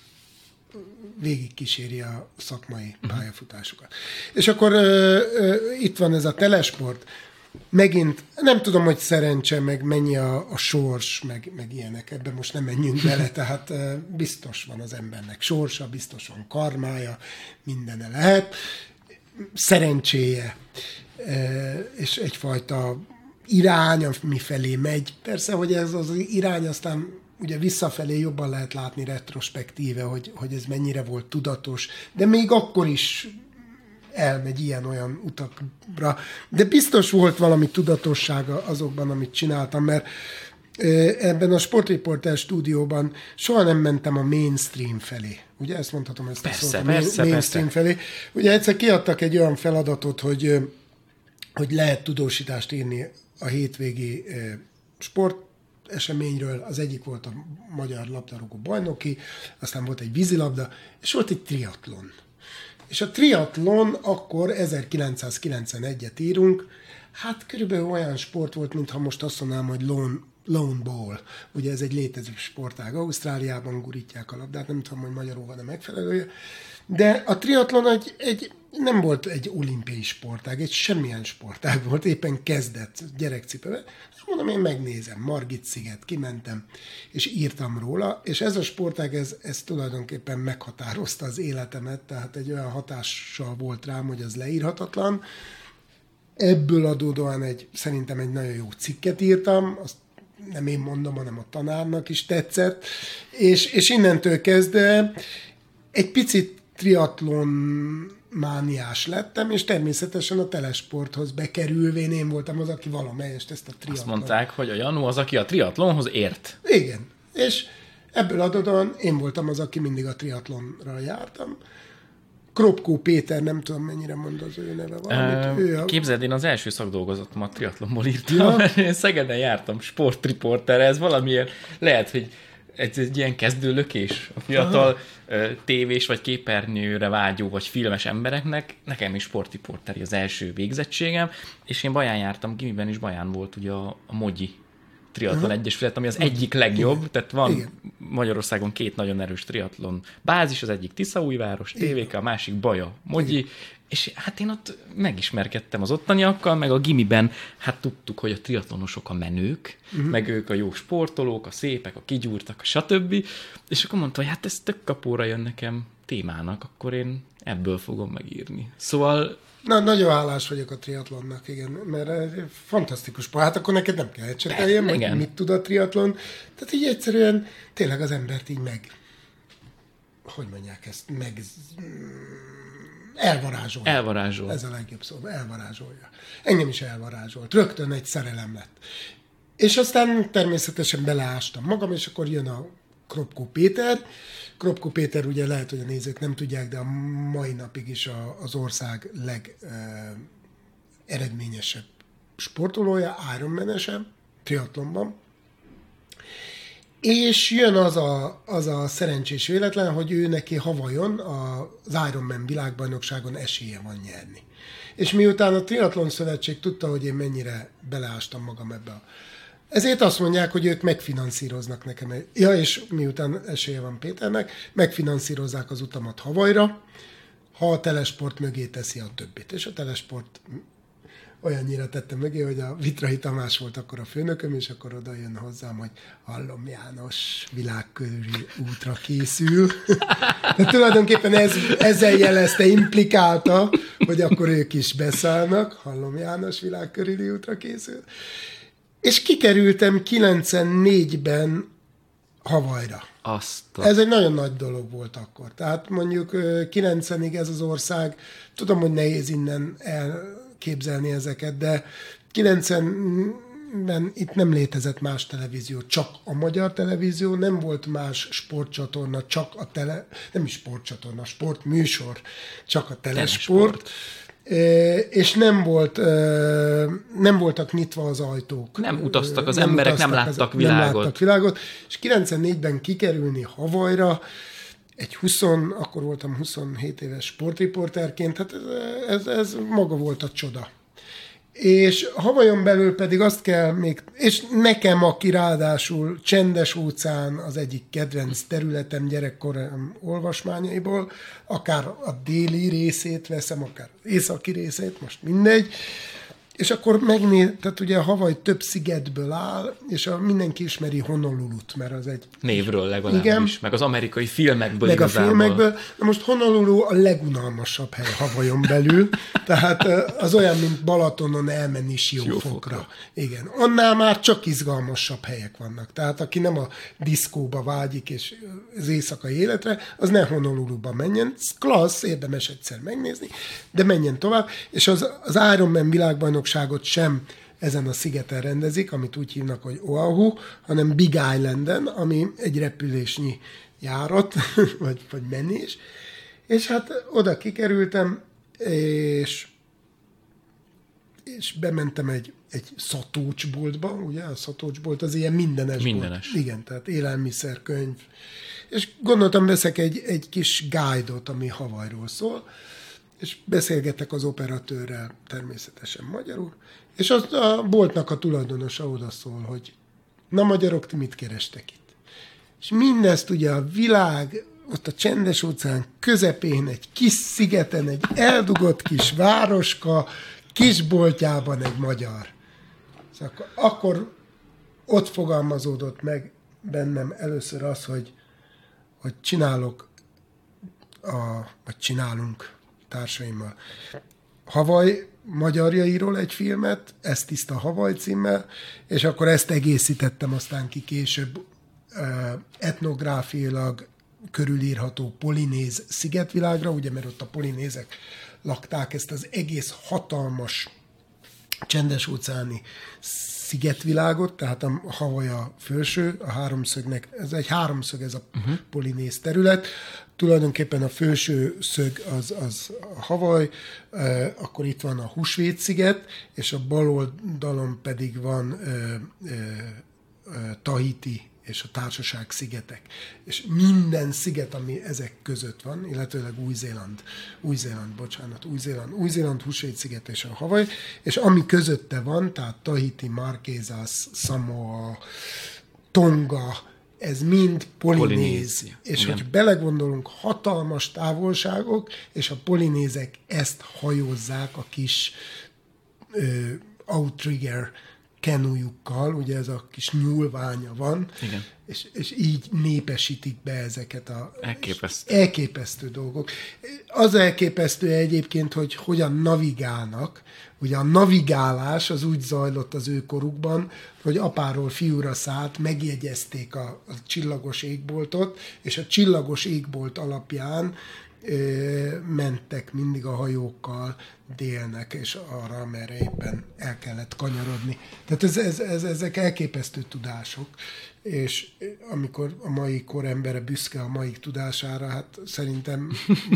végigkíséri a szakmai pályafutásukat. És akkor ö, ö, itt van ez a telesport, megint, nem tudom, hogy szerencse, meg mennyi a, a sors, meg, meg ilyenek, ebben most nem menjünk bele, tehát uh, biztos van az embernek sorsa, biztos van karmája, mindene lehet, szerencséje, uh, és egyfajta irány, mifelé megy. Persze, hogy ez az irány aztán ugye visszafelé jobban lehet látni retrospektíve, hogy, hogy ez mennyire volt tudatos, de még akkor is elmegy ilyen-olyan utakra. De biztos volt valami tudatossága azokban, amit csináltam, mert ebben a Sportriporter stúdióban soha nem mentem a mainstream felé. Ugye ezt mondhatom, ezt persze, a szót, a persze, mainstream persze. felé. Ugye egyszer kiadtak egy olyan feladatot, hogy, hogy lehet tudósítást írni a hétvégi sport eseményről, az egyik volt a magyar labdarúgó bajnoki, aztán volt egy vízilabda, és volt egy triatlon. És a triatlon akkor ezerkilencszázkilencvenegyet írunk, hát körülbelül olyan sport volt, mintha most azt mondanám, hogy lone, lone ball. Ugye ez egy létező sportág. Ausztráliában gurítják a labdát, nem tudom, hogy magyarul van a megfelelője. De a triatlon egy, egy, nem volt egy olimpiai sportág, egy semmilyen sportág volt, éppen kezdett gyerekcipőben. Mondom, én megnézem, Margit-sziget, kimentem, és írtam róla, és ez a sportág, ez, ez tulajdonképpen meghatározta az életemet, tehát egy olyan hatással volt rám, hogy az leírhatatlan. Ebből adódóan egy, szerintem egy nagyon jó cikket írtam, azt nem én mondom, hanem a tanárnak is tetszett, és, és innentől kezdve egy picit triatlon mániás lettem, és természetesen a telesporthoz bekerülvén én voltam az, aki valamelyest ezt a triatlon... Azt mondták, hogy a Janu az, aki a triatlonhoz ért. Igen, és ebből adódóan én voltam az, aki mindig a triatlonra jártam. Kropkó Péter, nem tudom mennyire mond az ő neve valamit. Uh, ő a... Képzeld, én az első szakdolgozatomat triatlonból írtam, ja. Mert én Szegeden jártam sportriporter, ez valamiért lehet, hogy egy, egy ilyen kezdőlökés a fiatal uh, tévés vagy képernyőre vágyó vagy filmes embereknek. Nekem is sportriporteri az első végzettségem, és én Baján jártam, gimiben is Baján volt ugye a, a Mogyi Triatlon uh-huh. Egyesület, ami az egyik legjobb, igen. Tehát van igen. Magyarországon két nagyon erős triatlon bázis, az egyik Tiszaújváros, té vé ká, a másik Baja, Mogyi, igen. És hát én ott megismerkedtem az ottaniakkal, meg a gimiben, hát tudtuk, hogy a triatlonosok a menők, uh-huh. meg ők a jó sportolók, a szépek, a kigyúrtak, a stb. És akkor mondta, hogy hát ez tök kapóra jön nekem témának, akkor én ebből fogom megírni. Szóval... Na, nagyon hálás vagyok a triatlonnak, igen, mert fantasztikus sport. Hát akkor neked nem kell ecseteljem, hogy mit tud a triatlon. Tehát így egyszerűen tényleg az embert így meg, hogy mondják ezt, meg elvarázsolja. Elvarázsol. Ez a legjobb szó, elvarázsolja. Engem is elvarázsolt. Rögtön egy szerelem lett. És aztán természetesen beleástam magam, és akkor jön a Kropkó Péter. Kropkó Péter, ugye lehet, hogy a nézők nem tudják, de a mai napig is a, az ország legeredményesebb sportolója, Ironman-ese, triatlonban. És jön az a, az a szerencsés véletlen, hogy ő neki Havajon az Ironman világbajnokságon esélye van nyerni. És miután a Triatlon Szövetség tudta, hogy én mennyire beleástam magam ebbe a... Ezért azt mondják, hogy ők megfinanszíroznak nekem. Ja, és miután esélye van Péternek, megfinanszírozzák az utamat Havajra, ha a telesport mögé teszi a többit. És a telesport olyannyira tettem mögé, hogy a Vitrai Tamás volt akkor a főnököm, és akkor oda jön hozzám, hogy hallom, János világkörüli útra készül. De tulajdonképpen ez, ezzel jelezte, implikálta, hogy akkor ők is beszállnak, hallom, János világkörüli útra készül. És kikerültem kilencvennégyben Havajra. Azt a... Ez egy nagyon nagy dolog volt akkor. Tehát mondjuk kilencvenig ez az ország, tudom, hogy nehéz innen elképzelni ezeket, de kilencvenben itt nem létezett más televízió, csak a magyar televízió, nem volt más sportcsatorna, csak a tele... nem is sportcsatorna, sportműsor, csak a telesport. telesport. És nem volt, nem voltak nyitva az ajtók. Nem utaztak az nem emberek, utaztak, nem láttak az, világot. Nem láttak világot. És kilencvennégyben kikerülni Havajra, egy húsz, akkor voltam huszonhét éves sportriporterként, hát ez, ez, ez maga volt a csoda. És Havajon belül pedig azt kell még, és nekem, aki ráadásul Csendes óceán az egyik kedvenc területem gyerekkorom olvasmányaiból, akár a déli részét veszem, akár északi részét, most mindegy, és akkor megnéz, tehát ugye a Havaj több szigetből áll, és a, mindenki ismeri Honolulut, mert az egy... Névről legalábbis, meg az amerikai filmekből meg igazából. Meg a filmekből. Na most Honolulu a legunalmasabb hely Havajon belül, tehát az olyan, mint Balatonon elmenni Siófokra. Igen. Annál már csak izgalmasabb helyek vannak. Tehát aki nem a diszkóba vágyik, és az éjszakai életre, az ne Honoluluba menjen. Ez klassz, érdemes egyszer megnézni, de menjen tovább. És az, az Ironman világbajnokságot sem ezen a szigeten rendezik, amit úgy hívnak, hogy Oahu, hanem Big Islanden, ami egy repülésnyi járat, vagy, vagy menés. És hát oda kikerültem, és és bementem egy, egy szatócsboltba, ugye, a szatócsbolt az ilyen mindenes, mindenes. Bolt. Igen, tehát élelmiszer, könyv. És gondoltam, veszek egy, egy kis guide-ot, ami Hawaiiról szól, és beszélgetek az operatőrrel, természetesen magyarul, és az a boltnak a tulajdonosa odaszól, hogy na magyarok, ti mit kerestek itt? És mindezt ugye a világ, ott a csendes óceán közepén, egy kis szigeten, egy eldugott kis városka, kis boltjában egy magyar. Szóval akkor, akkor ott fogalmazódott meg bennem először az, hogy, hogy csinálok, a, vagy csinálunk társaimmal Hawaii magyarjairól egy filmet, ez tiszta Hawaii címmel, és akkor ezt egészítettem aztán ki később etnográfiailag körülírható polinéz szigetvilágra, ugye, mert ott a polinézek lakták ezt az egész hatalmas csendes-óceáni szigetvilágot, tehát a Hawaii a felső, a háromszögnek, ez egy háromszög ez a uh-huh. polinéz terület, tulajdonképpen a felső szög az, az a Hawaii, eh, akkor itt van a Húsvét-sziget, és a bal oldalon pedig van eh, eh, Tahiti és a Társaság szigetek. És minden sziget, ami ezek között van, illetőleg Új-Zéland, Új-Zéland, bocsánat, Új-Zéland, Új-Zéland, Húsvét-sziget és a Hawaii, és ami közötte van, tehát Tahiti, Marquesas, Samoa, Tonga, ez mind polinéz. És igen. hogy belegondolunk, hatalmas távolságok, és a polinézek ezt hajózzák a kis ö, outrigger kenújukkal, ugye ez a kis nyúlványa van, igen. És, és így népesítik be ezeket a elképesztő. elképesztő dolgok. Az elképesztő egyébként, hogy hogyan navigálnak. Ugye a navigálás az úgy zajlott az ő korukban, hogy apáról fiúra szállt, megjegyezték a, a csillagos égboltot, és a csillagos égbolt alapján ö, mentek mindig a hajókkal délnek, és arra, amerre éppen el kellett kanyarodni. Tehát ez, ez, ez, ezek elképesztő tudások, és amikor a mai kor embere büszke a mai tudására, hát szerintem...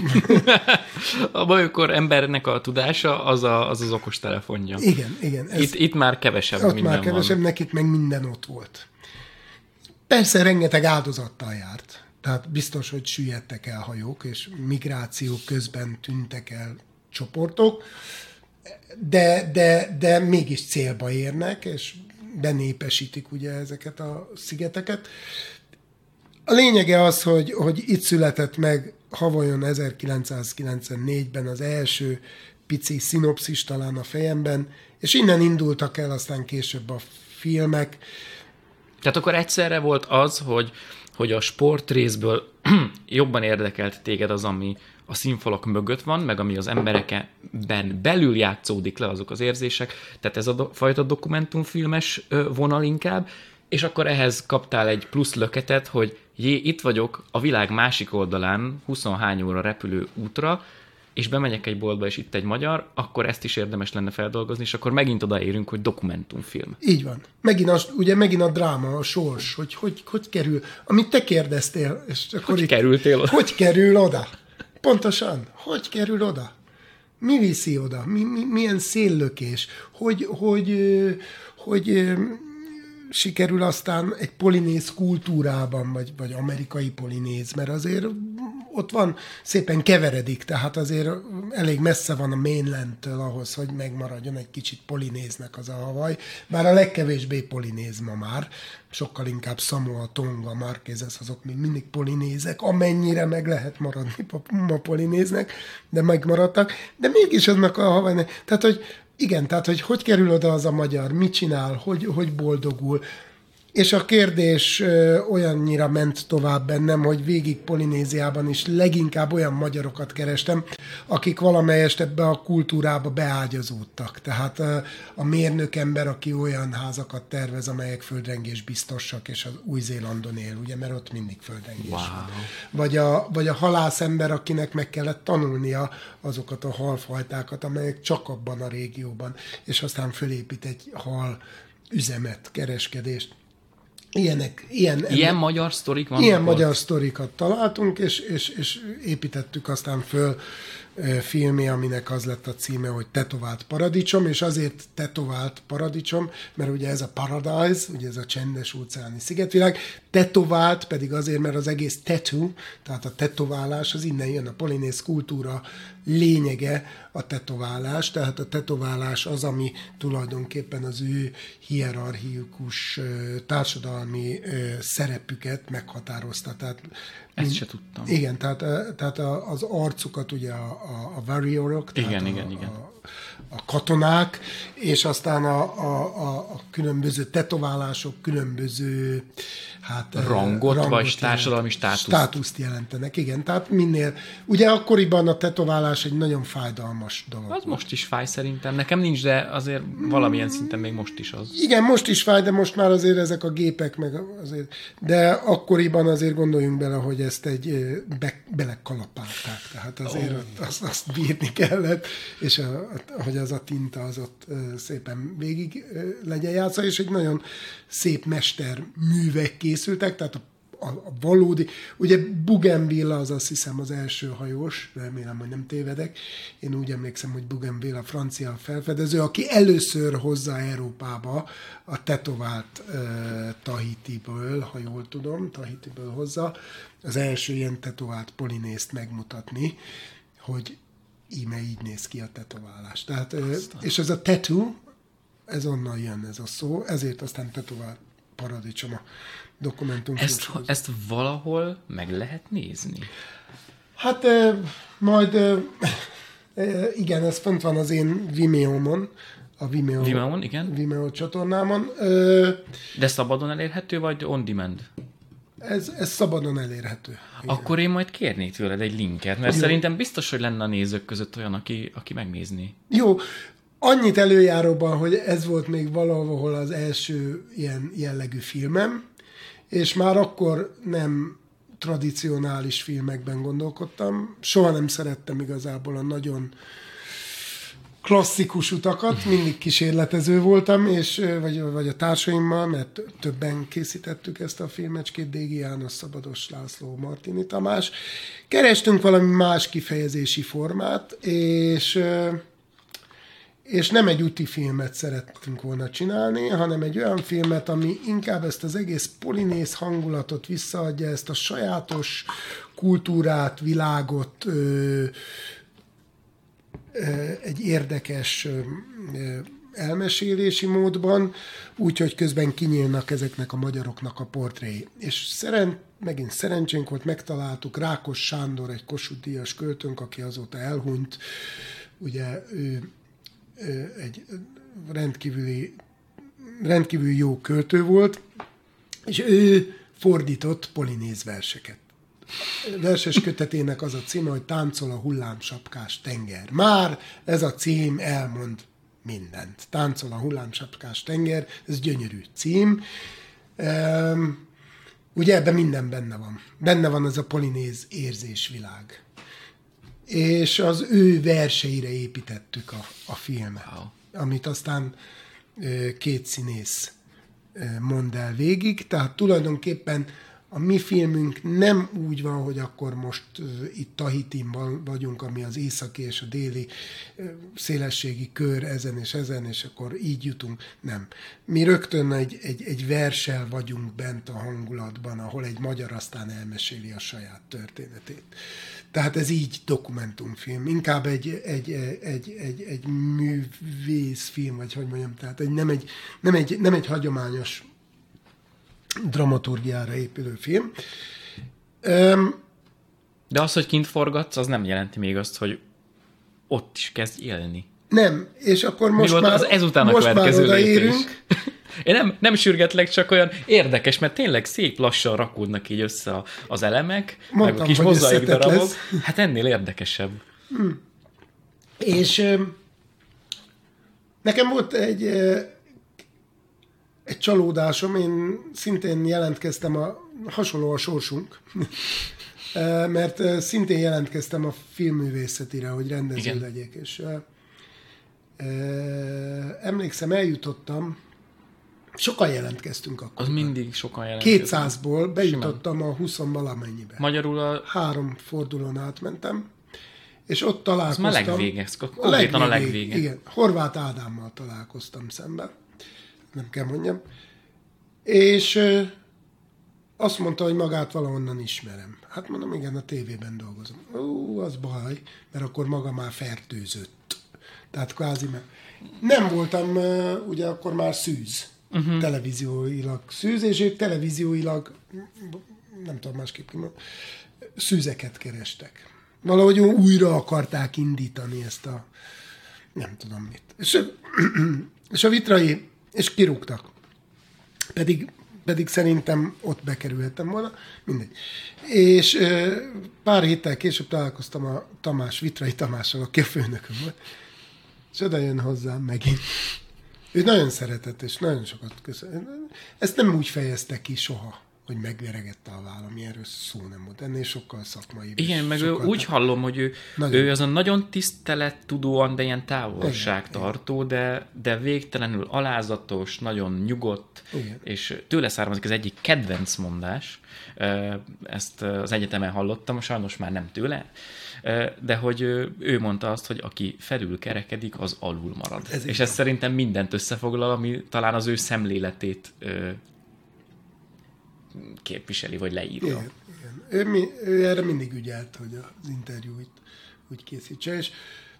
a mai kor embernek a tudása az a, az, az okos telefonja. Igen, igen. Ez, itt, itt már kevesebb ott minden már kevesebb, van. nekik meg minden ott volt. Persze rengeteg áldozattal járt. Tehát biztos, hogy süllyedtek el hajók, és migráció közben tűntek el csoportok, de, de, de mégis célba érnek, és benépesítik ugye ezeket a szigeteket. A lényege az, hogy, hogy itt született meg Hawaiion ezerkilencszázkilencvennégyben az első pici szinopszis talán a fejemben, és innen indultak el aztán később a filmek. Tehát akkor egyszerre volt az, hogy, hogy a sportrészből jobban érdekelt téged az, ami a színfalak mögött van, meg ami az embereken belül játszódik le, azok az érzések, tehát ez a do- fajta dokumentumfilmes ö, vonal inkább, és akkor ehhez kaptál egy plusz löketet, hogy jé, itt vagyok a világ másik oldalán, huszonhány óra repülő útra, és bemegyek egy boltba, és itt egy magyar, akkor ezt is érdemes lenne feldolgozni, és akkor megint odaérünk, hogy dokumentumfilm. Így van. Megint a, ugye megint a dráma, a sors, hogy hogy, hogy kerül, amit te kérdeztél. És akkor Hogy itt, kerültél oda? Hogy kerül oda? Pontosan. Hogy kerül oda? Mi viszi oda? Mi, mi, milyen széllökés? Hogy, hogy, hogy, hogy sikerül aztán egy polinéz kultúrában, vagy, vagy amerikai polinéz, mert azért ott van, szépen keveredik, tehát azért elég messze van a mainlandtől ahhoz, hogy megmaradjon egy kicsit polinéznek az a Hawaii, bár a legkevésbé polinéz ma már, sokkal inkább Samoa, Tonga, Marquesas, azok még mindig polinézek, amennyire meg lehet maradni ma polinéznek, de megmaradtak, de mégis aznak a Hawaii, tehát hogy igen, tehát hogy hogy kerül oda az a magyar, mit csinál, hogy, hogy boldogul. És a kérdés ö, olyannyira ment tovább bennem, hogy végig Polinéziában is leginkább olyan magyarokat kerestem, akik valamelyest ebbe a kultúrába beágyazódtak. Tehát ö, a mérnök ember, aki olyan házakat tervez, amelyek földrengés biztosak, és az Új-Zélandon él, ugye, mert ott mindig földrengés wow. van. Vagy a, vagy a halászember, akinek meg kellett tanulnia azokat a halfajtákat, amelyek csak abban a régióban, és aztán fölépít egy hal üzemet, kereskedést. Ilyenek, ilyen, ilyen ember, magyar sztorik vannak? Ilyen ott? magyar sztorikat találtunk, és, és, és építettük aztán föl filmé, aminek az lett a címe, hogy Tetovált paradicsom, és azért tetovált paradicsom, mert ugye ez a Paradise, ugye ez a csendes óceáni szigetvilág, tetovált pedig azért, mert az egész tattoo, tehát a tetoválás, az innen jön, a polinéz kultúra lényege a tetoválás, tehát a tetoválás az, ami tulajdonképpen az ő hierarchikus társadalmi szerepüket meghatározta. Tehát, ezt se tudtam. Igen, tehát, tehát az arcukat ugye a, a, a warriorok, tehát igen, a, igen, igen. A, a katonák, és aztán a, a, a különböző tetoválások, különböző hát, rangot, rangot vagy társadalmi státuszt. státuszt jelentenek. Igen, tehát minél, ugye akkoriban a tetoválás egy nagyon fájdalmas dolog. Az most is fáj szerintem. Nekem nincs, de azért valamilyen szinten még most is az. Igen, most is fáj, de most már azért ezek a gépek, meg azért, de akkoriban azért gondoljunk bele, hogy ezt egy be, belekalapálták, tehát azért oh. azt, azt bírni kellett, és a, hogy az a tinta az ott szépen végig legyen játszva, és egy nagyon szép mesterművek készültek, tehát a, a, a valódi, ugye Bougainville az azt hiszem az első hajós, remélem, hogy nem tévedek, én úgy emlékszem, hogy Bougainville a francia felfedező, aki először hozza Európába a tetovált uh, Tahitiből, ha jól tudom, Tahitiből hozza, az első ilyen tetovált polinészt megmutatni, hogy íme így néz ki a tetoválás. Tehát, aztán. És ez a tattoo, ez onnan jön ez a szó, ezért aztán tetovált paradicsom a dokumentum. Ezt, ezt valahol meg lehet nézni? Hát majd igen, ez fönt van az én Vimeo-mon, a Vimeo, Vimeo-on, igen? Vimeo csatornámon. De szabadon elérhető, vagy on demand? Ez, ez szabadon elérhető. Igen. Akkor én majd kérnék tőled egy linket, mert Jó. szerintem biztos, hogy lenne a nézők között olyan, aki, aki megnézni. Jó, annyit előjáróban, hogy ez volt még valahol az első ilyen jellegű filmem, és már akkor nem tradicionális filmekben gondolkodtam. Soha nem szerettem igazából a nagyon klasszikus utakat, mindig kísérletező voltam, és, vagy, vagy a társaimmal, mert többen készítettük ezt a filmecskét, Dégi János, Szabados László, Martini Tamás. Kerestünk valami más kifejezési formát, és, és nem egy úti filmet szerettünk volna csinálni, hanem egy olyan filmet, ami inkább ezt az egész polinéz hangulatot visszaadja, ezt a sajátos kultúrát, világot, egy érdekes elmesélési módban, úgyhogy közben kinyílnak ezeknek a magyaroknak a portréi. És szeren, megint szerencsénk volt, megtaláltuk Rákos Sándor, egy Kossuth-díjas költőnk, aki azóta elhunyt. Ugye ő, ő egy rendkívüli, rendkívül jó költő volt, és ő fordított polinéz verseket. Verses kötetének az a címe, hogy Táncol a hullámsapkás tenger. Már ez a cím elmond mindent. Táncol a hullámsapkás tenger, ez gyönyörű cím. Um, ugye ebben minden benne van. Benne van ez a polinéz érzésvilág. És az ő verseire építettük a, a filmet, wow. amit aztán uh, két színész uh, mond el végig. Tehát tulajdonképpen a mi filmünk nem úgy van, hogy akkor most uh, itt Tahitin vagyunk, ami az északi és a déli uh, szélességi kör ezen és ezen, és akkor így jutunk. Nem. Mi rögtön egy, egy, egy verssel vagyunk bent a hangulatban, ahol egy magyar aztán elmeséli a saját történetét. Tehát ez így dokumentumfilm. Inkább egy, egy, egy, egy, egy művészfilm, vagy hogy mondjam, tehát egy, nem, egy, nem, egy, nem egy hagyományos dramaturgiára épülő film. Um, De az, hogy kint forgatsz, az nem jelenti még azt, hogy ott is kezd élni. Nem, és akkor most Mi már, az ezután a most következő már lépés. Én nem, nem sürgetlek, csak olyan érdekes, mert tényleg szép lassan rakódnak így össze az elemek, Mondtam, meg a kis mozaik darabok. Hát ennél érdekesebb. Hmm. És um, nekem volt egy egy csalódásom, én szintén jelentkeztem, a hasonló a sorsunk, mert szintén jelentkeztem a filmművészetire, hogy rendező Igen. legyek, és uh, uh, emlékszem, eljutottam, sokan jelentkeztünk akkor. Az mindig sokan jelentkeztek. kétszázból bejutottam Simán. a húsz valamennyibe. Magyarul a... Három fordulón átmentem, És ott találkoztam. Ez már legvége, ez konkrétan a legvége. Igen, Horváth Ádámmal találkoztam szemben. Nem kell mondjam. És ö, azt mondta, hogy magát valahonnan ismerem. Hát mondom, igen, a tévében dolgozom. Ó, az baj, mert akkor maga már fertőzött. Tehát kvázi, mert nem voltam, ö, ugye akkor már szűz. Uh-huh. Televízióilag szűz, és ők televízióilag, nem tudom másképp kimondani, szűzeket kerestek. Valahogy újra akarták indítani ezt a, nem tudom mit. És, és a Vitrai, és kirúgtak. Pedig, pedig szerintem ott bekerülhettem volna, mindegy. És pár héttel később találkoztam a Tamás, Vitrai Tamással, aki a főnököm volt, és oda jön hozzám megint. Ő nagyon szeretett, és nagyon sokat köszönöm. Ezt nem úgy fejezte ki soha, hogy megveregette a vállam, erről szó nem volt. Ennél sokkal szakmai. Igen, meg ő úgy hallom, hogy ő, ő az a nagyon tisztelettudóan, de ilyen távolságtartó, de, de végtelenül alázatos, nagyon nyugodt, igen. És tőle származik az egyik kedvenc mondás. Ezt az egyetemen hallottam, sajnos már nem tőle, de hogy ő mondta azt, hogy aki felül kerekedik, az alul marad. Ez és ez szerintem mindent összefoglal, ami talán az ő szemléletét képviseli, vagy leírja. Igen, igen. Ő, mi, ő erre mindig ügyelt, hogy az interjúit úgy készítse, és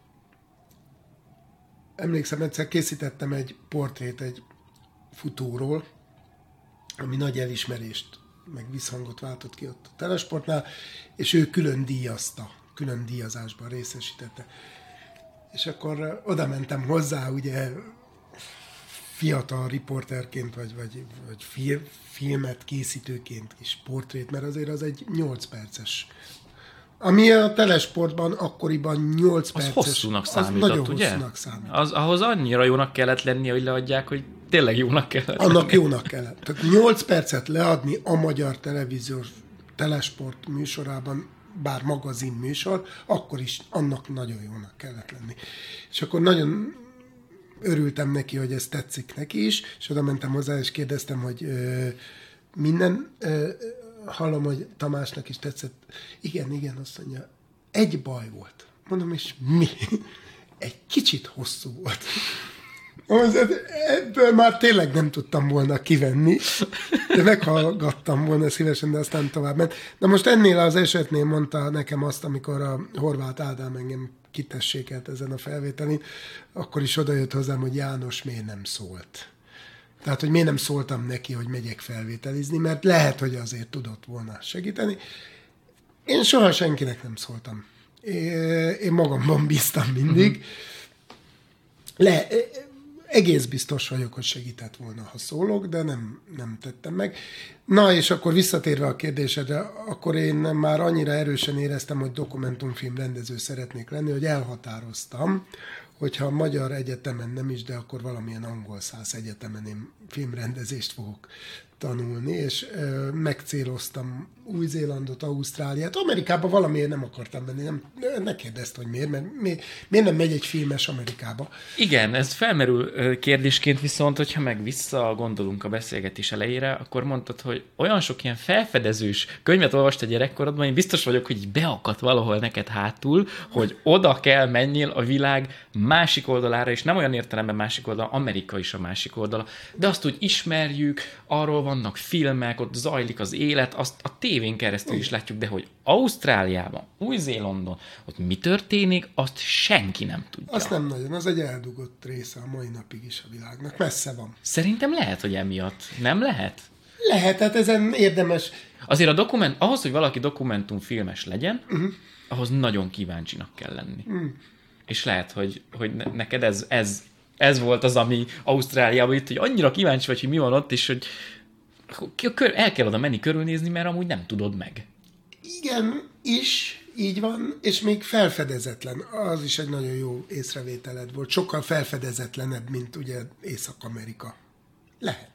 emlékszem, egyszer készítettem egy portrét egy futóról, ami nagy elismerést, meg visszhangot váltott ki ott a Telesportnál, és ő külön díjazta, külön díjazásban részesítette. És akkor oda mentem hozzá, ugye fiatal riporterként, vagy, vagy, vagy film, filmet készítőként is portrét, mert azért az egy nyolc perces. Ami a Telesportban akkoriban nyolc perces. Az hosszúnak számított, nagyon ugye? Hosszúnak számított. Az, ahhoz annyira jónak kellett lennie, hogy leadják, hogy tényleg jónak kellett Annak lennie. jónak kellett. Tehát nyolc percet leadni a magyar televíziós Telesport műsorában, bár magazin műsor, akkor is annak nagyon jónak kellett lenni. És akkor nagyon örültem neki, hogy ez tetszik neki is, és oda mentem hozzá, és kérdeztem, hogy ö, minden, ö, hallom, hogy Tamásnak is tetszett. Igen, igen, azt mondja, egy baj volt. Mondom, és mi? Egy kicsit hosszú volt. Ebből már tényleg nem tudtam volna kivenni, de meghallgattam volna szívesen, de aztán tovább ment. Na most ennél az esetnél mondta nekem azt, amikor a Horváth Ádám engem kitessékelt ezen a felvételin, akkor is odajött hozzám, hogy János miért nem szólt. Tehát, hogy miért nem szóltam neki, hogy megyek felvételizni, mert lehet, hogy azért tudott volna segíteni. Én soha senkinek nem szóltam. Én magamban bíztam mindig. Le, egész biztos vagyok, hogy segített volna, ha szólok, de nem, nem tettem meg. Na, és akkor visszatérve a kérdésedre, akkor én már annyira erősen éreztem, hogy dokumentumfilm rendező szeretnék lenni, hogy elhatároztam, hogyha a magyar egyetemen nem is, de akkor valamilyen angol száz egyetemen én filmrendezést fogok tanulni, és ö, megcéloztam Új-Zélandot, Ausztráliát. Amerikába valamiért nem akartam menni, nem, ne kérdezd, hogy miért, mert mi, miért nem megy egy filmes Amerikába? Igen, ez felmerül kérdésként, viszont hogyha meg vissza gondolunk a beszélgetés elejére, akkor mondtad, hogy olyan sok ilyen felfedezős könyvet olvastad gyerekkorodban, én biztos vagyok, hogy beakadt valahol neked hátul, hogy oda kell menjél a világ másik oldalára, és nem olyan értelemben másik oldala, Amerika is a másik oldala, de azt úgy ismerjük, arról vannak filmek, ott zajlik az élet, azt a tévén keresztül is látjuk, de hogy Ausztráliában, Új-Zélandon, ott mi történik, azt senki nem tudja. Azt nem nagyon, az egy eldugott része a mai napig is a világnak, messze van. Szerintem lehet, hogy emiatt. Nem lehet? Lehet, hát ezen érdemes. Azért a dokument, ahhoz, hogy valaki dokumentumfilmes legyen, uh-huh. ahhoz nagyon kíváncsinak kell lenni. Uh-huh. És lehet, hogy, hogy neked ez, ez, ez volt az, ami Ausztráliában itt, hogy annyira kíváncsi vagy, hogy mi van ott, és hogy el kell oda menni körülnézni, mert amúgy nem tudod meg. Igen, is, így van, és még felfedezetlen. Az is egy nagyon jó észrevételed volt. Sokkal felfedezetlenebb, mint ugye Észak-Amerika. Lehet.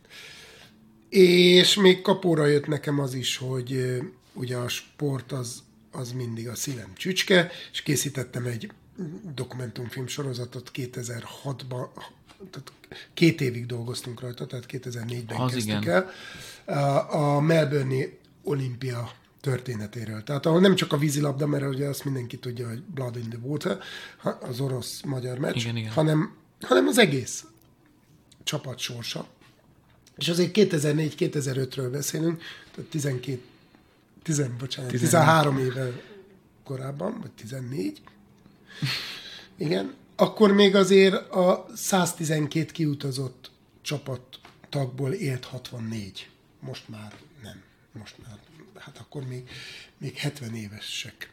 És még kapóra jött nekem az is, hogy ugye a sport az, az mindig a szívem csücske, és készítettem egy dokumentumfilm sorozatot kétezer-hatban, tehát két évig dolgoztunk rajta, tehát kétezer-négyben az kezdtük igen. el. A Melbourne-i olimpia történetéről. Tehát ahol nem csak a vízilabda, mert ugye azt mindenki tudja, hogy Blood in the Water, az orosz-magyar meccs, igen, igen. Hanem, hanem az egész csapat sorsa. És azért kétezer-négy kétezer-ötről beszélünk, tehát tizenkét, tíz, bocsánat, tizenhárom éve korábban, vagy tizennégy. Igen. Akkor még azért a száztizenkét kiutazott csapattagból élt hatvannégy. Most már nem. Most már, hát akkor még, még hetven évesek.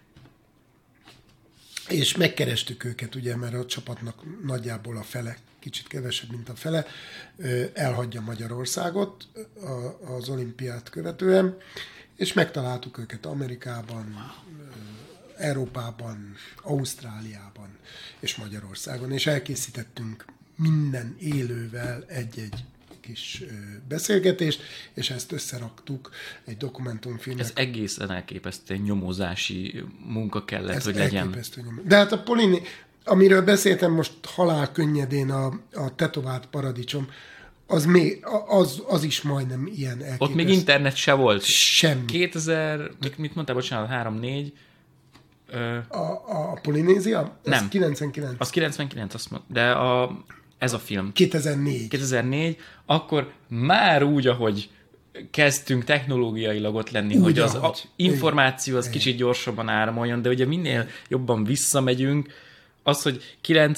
És megkerestük őket, ugye, mert a csapatnak nagyjából a fele, kicsit kevesebb, mint a fele, elhagyja Magyarországot az olimpiát követően, és megtaláltuk őket Amerikában, Európában, Ausztráliában és Magyarországon, és elkészítettünk minden élővel egy-egy kis beszélgetést, és ezt összeraktuk egy dokumentumfilmnek. Ez egészen elképesztő nyomozási munka kellett, ez hogy legyen. Nyom... De hát a Polini, amiről beszéltem most halál könnyedén, a, a tetovált paradicsom, az, még, az, az is majdnem ilyen elképesztő. Ott még internet se volt. Semmi. kétezer, mit mondtál, bocsánat, három-négy. Ö... A, a Polinézia? Nem. Az kilencvenkilenc. Az kilencvenkilenc, azt mondta. De a, ez a film. kétezer-négy. kétezer-négy, akkor már úgy, ahogy kezdtünk technológiailag ott lenni, úgy, hogy az ahogy. a információ az Igen. kicsit gyorsabban áramoljon, de ugye minél jobban visszamegyünk, az, hogy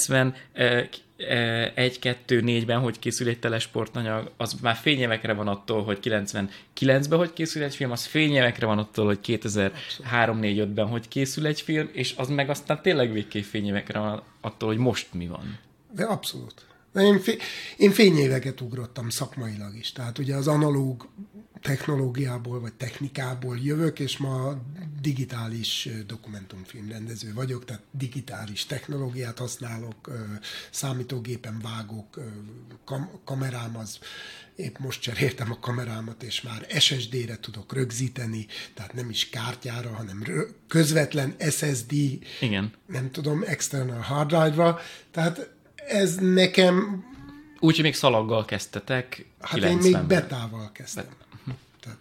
kilencvenegy kettő négyben hogy készül egy telesportanyag, az már fényévekre van attól, hogy kilencvenkilencben hogy készül egy film, az fényévekre van attól, hogy kétezer-három négy ötben hogy készül egy film, és az meg aztán tényleg végképp fényévekre van attól, hogy most mi van. De abszolút. De én, fé- én fényéveket ugrottam szakmailag is. Tehát ugye az analóg technológiából vagy technikából jövök, és ma digitális dokumentumfilmrendező vagyok, tehát digitális technológiát használok, számítógépen vágok, kam- kamerám az, épp most cseréltem a kamerámat, és már es es dé-re tudok rögzíteni, tehát nem is kártyára, hanem rö- közvetlen es es dé, Igen. nem tudom, external hard drive-ra, tehát ez nekem... Úgy, hogy még szalaggal kezdtetek. Hát kilencvenben. Én még betával kezdtem. Be... Tehát,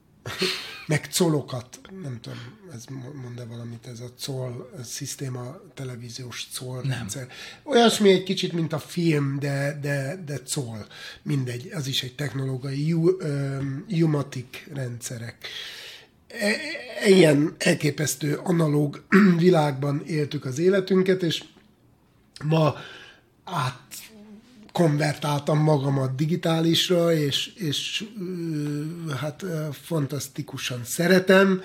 meg colokat, nem tudom, ez mond-e valamit, ez a col, a szisztéma, televíziós col rendszer. Olyasmi egy kicsit, mint a film, de, de, de col. Mindegy, az is egy technológiai, U-matic rendszerek. Ilyen elképesztő analóg világban éltük az életünket, és ma átkonvertáltam magamat digitálisra, és, és hát fantasztikusan szeretem.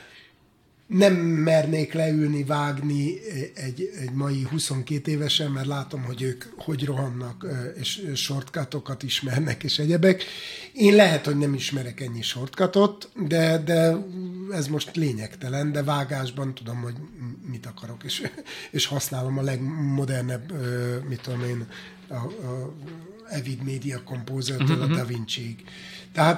Nem mernék leülni, vágni egy, egy mai huszonkét évesen, mert látom, hogy ők hogy rohannak, és shortcutokat ismernek, és egyebek. Én lehet, hogy nem ismerek ennyi shortcutot, de, de ez most lényegtelen, de vágásban tudom, hogy mit akarok, és, és használom a legmodernebb, mit tudom én, a, a Avid Media Composer-től a Da Vinci-ig. Tehát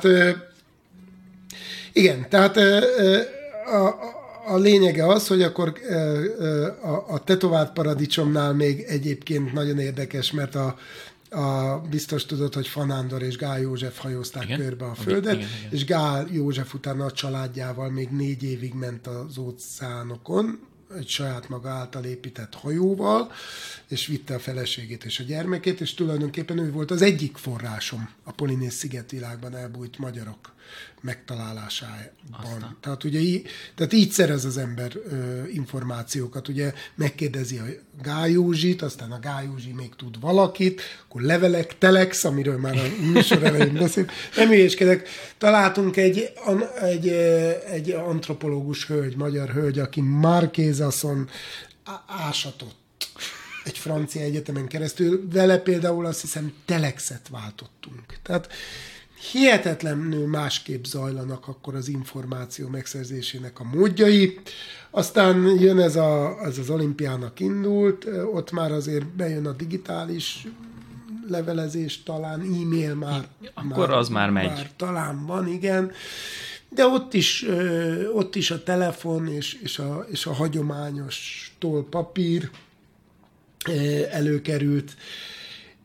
igen, tehát a, a A lényege az, hogy akkor a, a tetovált paradicsomnál még egyébként nagyon érdekes, mert a, a biztos tudod, hogy Fanándor és Gál József hajózták igen? körbe a Földet, igen, igen, igen. És Gál József utána a családjával még négy évig ment az óceánokon, egy saját maga által épített hajóval, és vitte a feleségét és a gyermekét, és tulajdonképpen ő volt az egyik forrásom a Polinéz szigetvilágban elbújt magyarok megtalálásában. Aztán. Tehát ugye így, tehát így szerez az ember ö, információkat, ugye megkérdezi a Gál Józsit, aztán a Gál Józsi még tud valakit, akkor levelek, telex, amiről már a műsor elején beszélt. Nem hülyéskedek, találtunk egy, egy, egy antropológus hölgy, magyar hölgy, aki Marquésaszon ásatott egy francia egyetemen keresztül, vele például azt hiszem telexet váltottunk. Tehát hihetetlenül másképp zajlanak akkor az információ megszerzésének a módjai. Aztán jön ez, a, ez az olimpiának indult, ott már azért bejön a digitális levelezés, talán e-mail már. Akkor már, az már megy. Már talán van, igen. De ott is, ott is a telefon és, és, a, és a hagyományos tollpapír előkerült.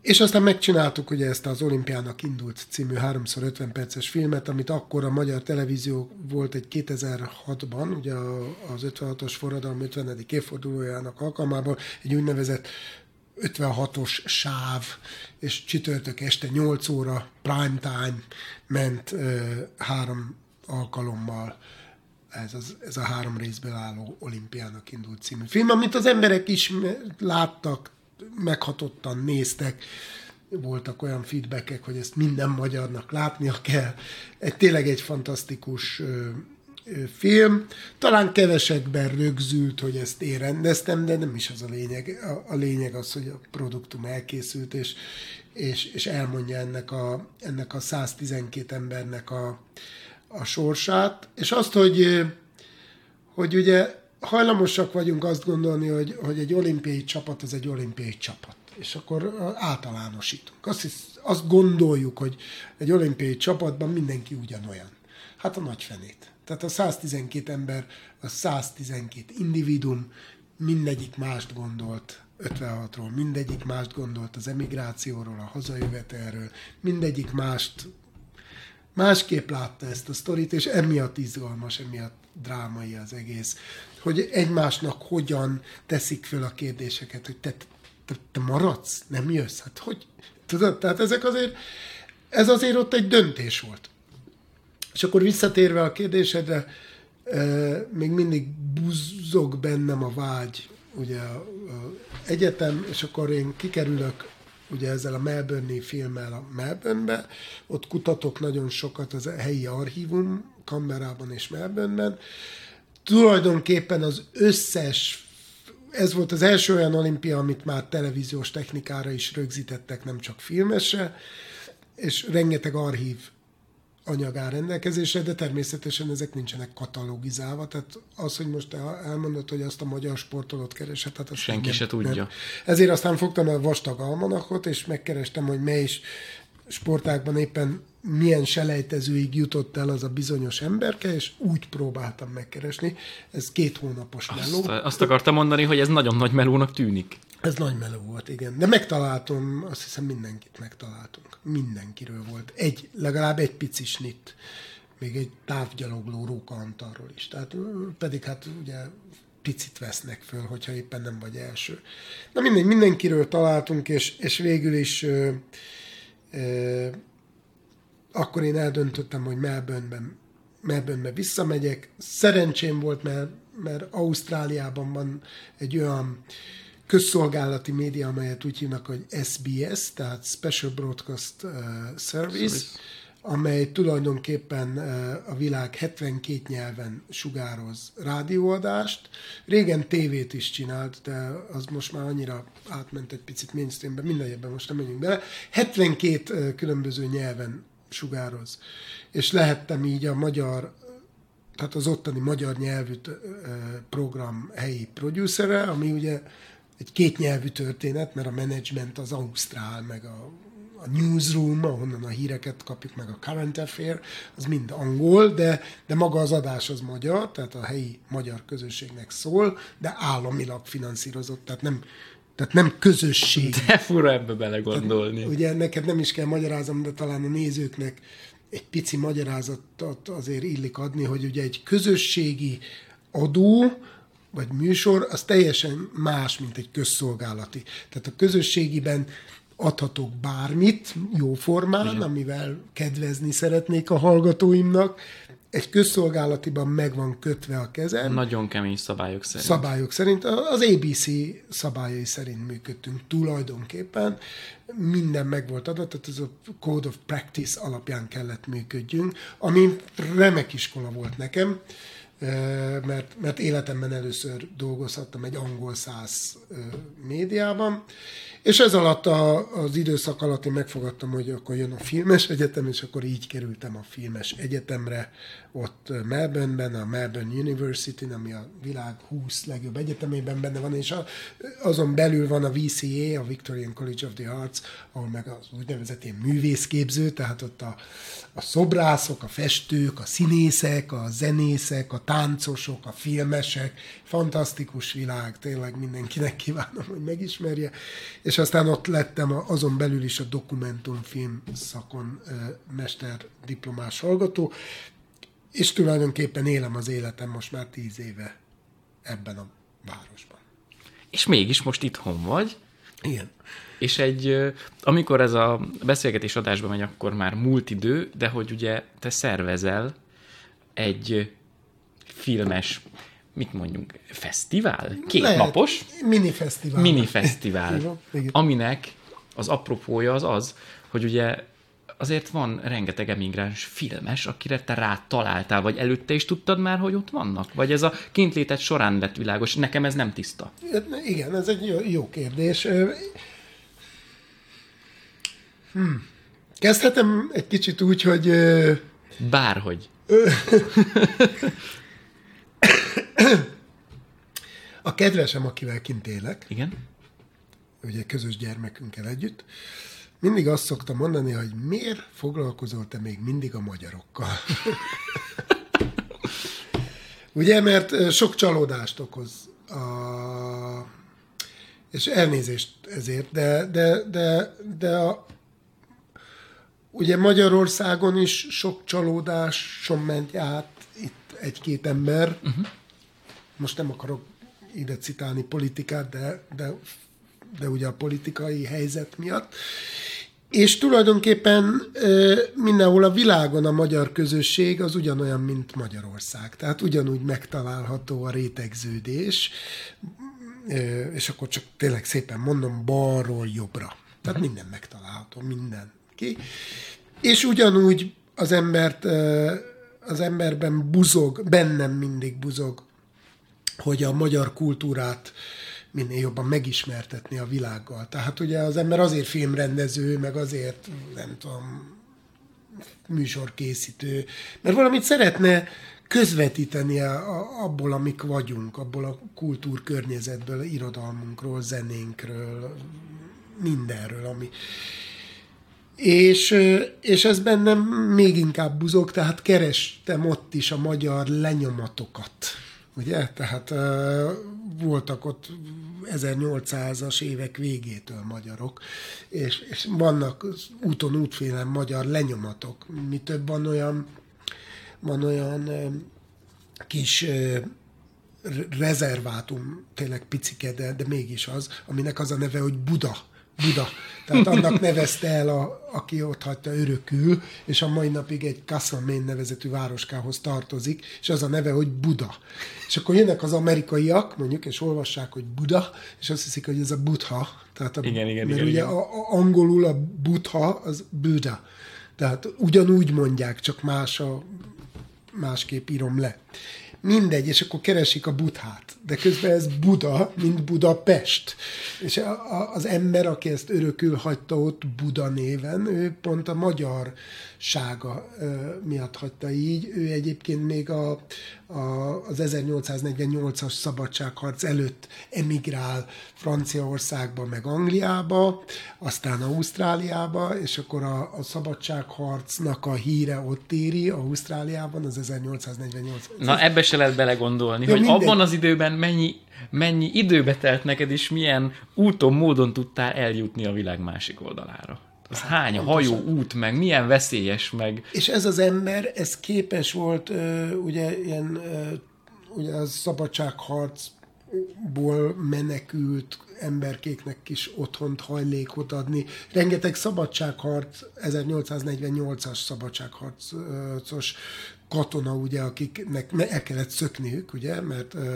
És aztán megcsináltuk ugye ezt az Olimpiának indult című háromszor ötven perces filmet, amit akkor a magyar televízió volt egy kétezer-hatban, ugye az ötvenhatos forradalom ötvenedik évfordulójának alkalmából egy úgynevezett ötvenhatos sáv, és csütörtök este nyolc óra prime time ment ö, három alkalommal ez, az, ez a három részből álló Olimpiának indult című film, amit az emberek is láttak, meghatottan néztek, voltak olyan feedbackek, hogy ezt minden magyarnak látnia kell. Egy, tényleg egy fantasztikus ö, ö, film. Talán kevesekben rögzült, hogy ezt én rendeztem, de nem is az a lényeg. A, a lényeg az, hogy a produktum elkészült, és, és, és elmondja ennek a, ennek a száztizenkét embernek a, a sorsát. És azt, hogy, hogy ugye hajlamosak vagyunk azt gondolni, hogy, hogy egy olimpiai csapat az egy olimpiai csapat. És akkor általánosítunk. Azt, hisz, azt gondoljuk, hogy egy olimpiai csapatban mindenki ugyanolyan. Hát a nagy fenét. Tehát a száztizenkét ember, a száztizenkét individuum, mindegyik mást gondolt ötvenhatról, mindegyik mást gondolt az emigrációról, a hazajövetelről, mindegyik mást másképp látta ezt a sztorit, és emiatt izgalmas, emiatt drámai az egész, hogy egymásnak hogyan teszik föl a kérdéseket, hogy te, te, te maradsz, nem jössz? Hát hogy? Tudod, tehát ezek azért, ez azért ott egy döntés volt. És akkor visszatérve a kérdésedre, euh, még mindig buzzog bennem a vágy, ugye a, a egyetem, és akkor én kikerülök ugye ezzel a Melbourne-i filmmel a Melbourne-be, ott kutatok nagyon sokat az helyi archívum, Canberrában és Melbourne-ben. Tulajdonképpen az összes, ez volt az első olyan olimpia, amit már televíziós technikára is rögzítettek, nem csak filmesre, és rengeteg archív anyag áll rendelkezésre, de természetesen ezek nincsenek katalogizálva, tehát az, hogy most elmondod, hogy azt a magyar sportolót keresett, hát azt senki nem, se tudja. Nem. Ezért aztán fogtam a vastag almanachot, és megkerestem, hogy mely sportákban éppen milyen selejtezőig jutott el az a bizonyos emberke, és úgy próbáltam megkeresni. Ez két hónapos meló. Azt, azt akartam mondani, hogy ez nagyon nagy melónak tűnik. Ez nagy meló volt, igen. De megtaláltam, azt hiszem mindenkit megtaláltunk. Mindenkiről volt. Egy, legalább egy pici snit. Még egy távgyalogló Róka Antalról is. Tehát pedig hát ugye picit vesznek föl, hogyha éppen nem vagy első. Na mindegy, mindenkiről találtunk, és, és végül is ö, ö, akkor én eldöntöttem, hogy Melbourne-ben, Melbourne-ben visszamegyek. Szerencsém volt, mert, mert Ausztráliában van egy olyan közszolgálati média, amelyet úgy hívnak, hogy es bé es, tehát Special Broadcast uh, Service, Service, amely tulajdonképpen uh, a világ hetvenkét nyelven sugároz rádióadást. Régen tévét is csinált, de az most már annyira átment egy picit mainstreambe, mindegyebben most nem menjünk bele. hetvenkét uh, különböző nyelven sugároz. És lehettem így a magyar, tehát az ottani magyar nyelvű uh, program helyi producere, ami ugye egy kétnyelvű történet, mert a menedzsment az ausztrál, meg a, a newsroom, ahonnan a híreket kapjuk, meg a current affair, az mind angol, de, de maga az adás az magyar, tehát a helyi magyar közösségnek szól, de államilag finanszírozott, tehát nem, tehát nem közösség. De fura ebbe belegondolni. Tehát, ugye neked nem is kell magyarázom, de talán a nézőknek egy pici magyarázatot azért illik adni, hogy ugye egy közösségi adó, vagy műsor, az teljesen más, mint egy közszolgálati. Tehát a közösségiben adhatok bármit, jó formán, igen, amivel kedvezni szeretnék a hallgatóimnak. Egy közszolgálatiban meg van kötve a kezem. Nagyon kemény szabályok szerint. Szabályok szerint. Az á bé cé szabályai szerint működtünk tulajdonképpen. Minden meg volt adott, tehát ez a Code of Practice alapján kellett működjünk, ami remek iskola volt nekem, Mert, mert életemben először dolgozhattam egy angol száz médiában, és ez alatt a, az időszak alatt én megfogadtam, hogy akkor jön a filmes egyetem, és akkor így kerültem a filmes egyetemre, ott Melbourne-ben, a Melbourne University, ami a világ húsz legjobb egyetemében benne van, és a, azon belül van a vé cé á, a Victorian College of the Arts, ahol meg az úgynevezett ilyen művészképző, tehát ott a, a szobrászok, a festők, a színészek, a zenészek, a táncosok, a filmesek, fantasztikus világ, tényleg mindenkinek kívánom, hogy megismerje. És aztán ott lettem azon belül is a dokumentumfilm szakon mesterdiplomás hallgató, és tulajdonképpen élem az életem most már tíz éve ebben a városban. És mégis most itthon vagy. Igen. És egy, amikor ez a beszélgetés adásba megy, akkor már múlt idő, de hogy ugye te szervezel egy filmes, mit mondjunk, fesztivál? Két Lehet. napos? Mini-fesztivál. Mini-fesztivál. Aminek az apropója az az, hogy ugye azért van rengeteg emigráns filmes, akire te rá találtál, vagy előtte is tudtad már, hogy ott vannak? Vagy ez a kintléted során lett világos? Nekem ez nem tiszta. Igen, ez egy jó, jó kérdés. Hmm. Kezdhetem egy kicsit úgy, hogy... Bárhogy. A kedvesem, akivel kint élek, igen, ugye közös gyermekünkkel együtt, mindig azt szoktam mondani, hogy miért foglalkozol te még mindig a magyarokkal? Ugye, mert sok csalódást okoz, a... és elnézést ezért, de, de, de, de a... ugye Magyarországon is sok csalódáson ment át itt egy-két ember. Uh-huh. Most nem akarok ide citálni politikát, de, de, de ugye a politikai helyzet miatt. És tulajdonképpen mindenhol a világon a magyar közösség az ugyanolyan, mint Magyarország. Tehát ugyanúgy megtalálható a rétegződés, és akkor csak tényleg szépen mondom, balról jobbra. Tehát minden megtalálható, minden. Okay? És ugyanúgy az embert, az emberben buzog, bennem mindig buzog, hogy a magyar kultúrát minél jobban megismertetni a világgal. Tehát ugye az ember azért filmrendező, meg azért, nem tudom, műsorkészítő, mert valamit szeretne közvetíteni a, abból, amik vagyunk, abból a kultúrkörnyezetből, irodalmunkról, zenénkről, mindenről, ami... És, és ez bennem még inkább buzog, tehát kerestem ott is a magyar lenyomatokat. Ugye? Tehát uh, voltak ott ezernyolcszázas évek végétől magyarok, és, és vannak úton útfélen magyar lenyomatok. Mi több van olyan, van olyan uh, kis uh, rezervátum, tényleg picike, de, de mégis az, aminek az a neve, hogy Buda. Buda. Tehát annak nevezte el, a, aki ott hagyta örökül, és a mai napig egy Castlemaine nevezetű városkához tartozik, és az a neve, hogy Buda. És akkor jönnek az amerikaiak, mondjuk, és olvassák, hogy Buda, és azt hiszik, hogy ez a Buddha. Tehát a, igen, igen, mert igen, ugye igen. A, a, angolul a Buddha az Buddha. Tehát ugyanúgy mondják, csak más a, másképp írom le. Mindegy, és akkor keresik a Buddhát. De közben ez Buda, mint Budapest. És a, a, az ember, aki ezt örökül hagyta ott Buda néven, ő pont a magyarsága ö, miatt hagyta így. Ő egyébként még a, a, az ezernyolcszáznegyvennyolcas szabadságharc előtt emigrál Franciaországba, meg Angliába, aztán Ausztráliába, és akkor a, a szabadságharcnak a híre ott éri Ausztráliában, az ezernyolcszáznegyvennyolc. Na, ebbe se lehet belegondolni, ja, hogy mindegy. Abban az időben mennyi, mennyi időbe telt neked, és milyen úton, módon tudtál eljutni a világ másik oldalára. Az hát, hány a hajó út, meg milyen veszélyes, meg... És ez az ember, ez képes volt, uh, ugye, ilyen, uh, ugye a szabadságharcból menekült emberkéknek is otthont, hajlékot adni. Rengeteg szabadságharc, ezernyolcszáznegyvennyolcas szabadságharcos katona, ugye, akiknek el kellett szökniük, ugye, mert uh,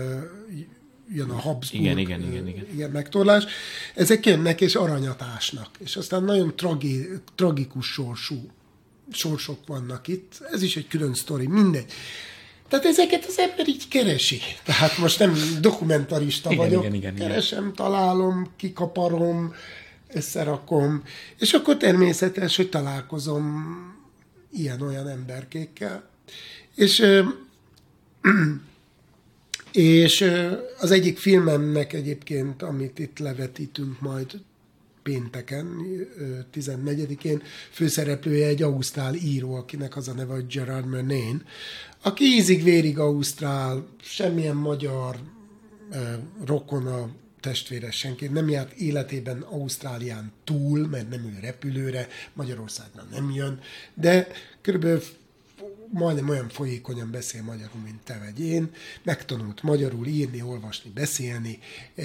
jön a Habsburg igen, igen, igen, igen. igen, megtorlás. Ezek jönnek és aranyat ásnak. És aztán nagyon tragi, tragikus sorsú sorsok vannak itt. Ez is egy külön sztori, mindegy. Tehát ezeket az ember így keresi. Tehát most nem dokumentarista igen, vagyok. Igen, igen, Keresem, igen. találom, kikaparom, összerakom. És akkor természetes, hogy találkozom ilyen-olyan emberkékkel. És, és az egyik filmemnek egyébként, amit itt levetítünk majd pénteken, tizennegyedikén, főszereplője egy ausztrál író, akinek az a neve, hogy Gerard Murnane, aki ízig-vérig ausztrál, semmilyen magyar rokona, testvére senki, nem járt életében Ausztrálián túl, mert nem ül repülőre, Magyarországra nem jön, de körülbelül majdnem olyan folyékonyan beszél magyarul, mint te vagy én, megtanult magyarul írni, olvasni, beszélni,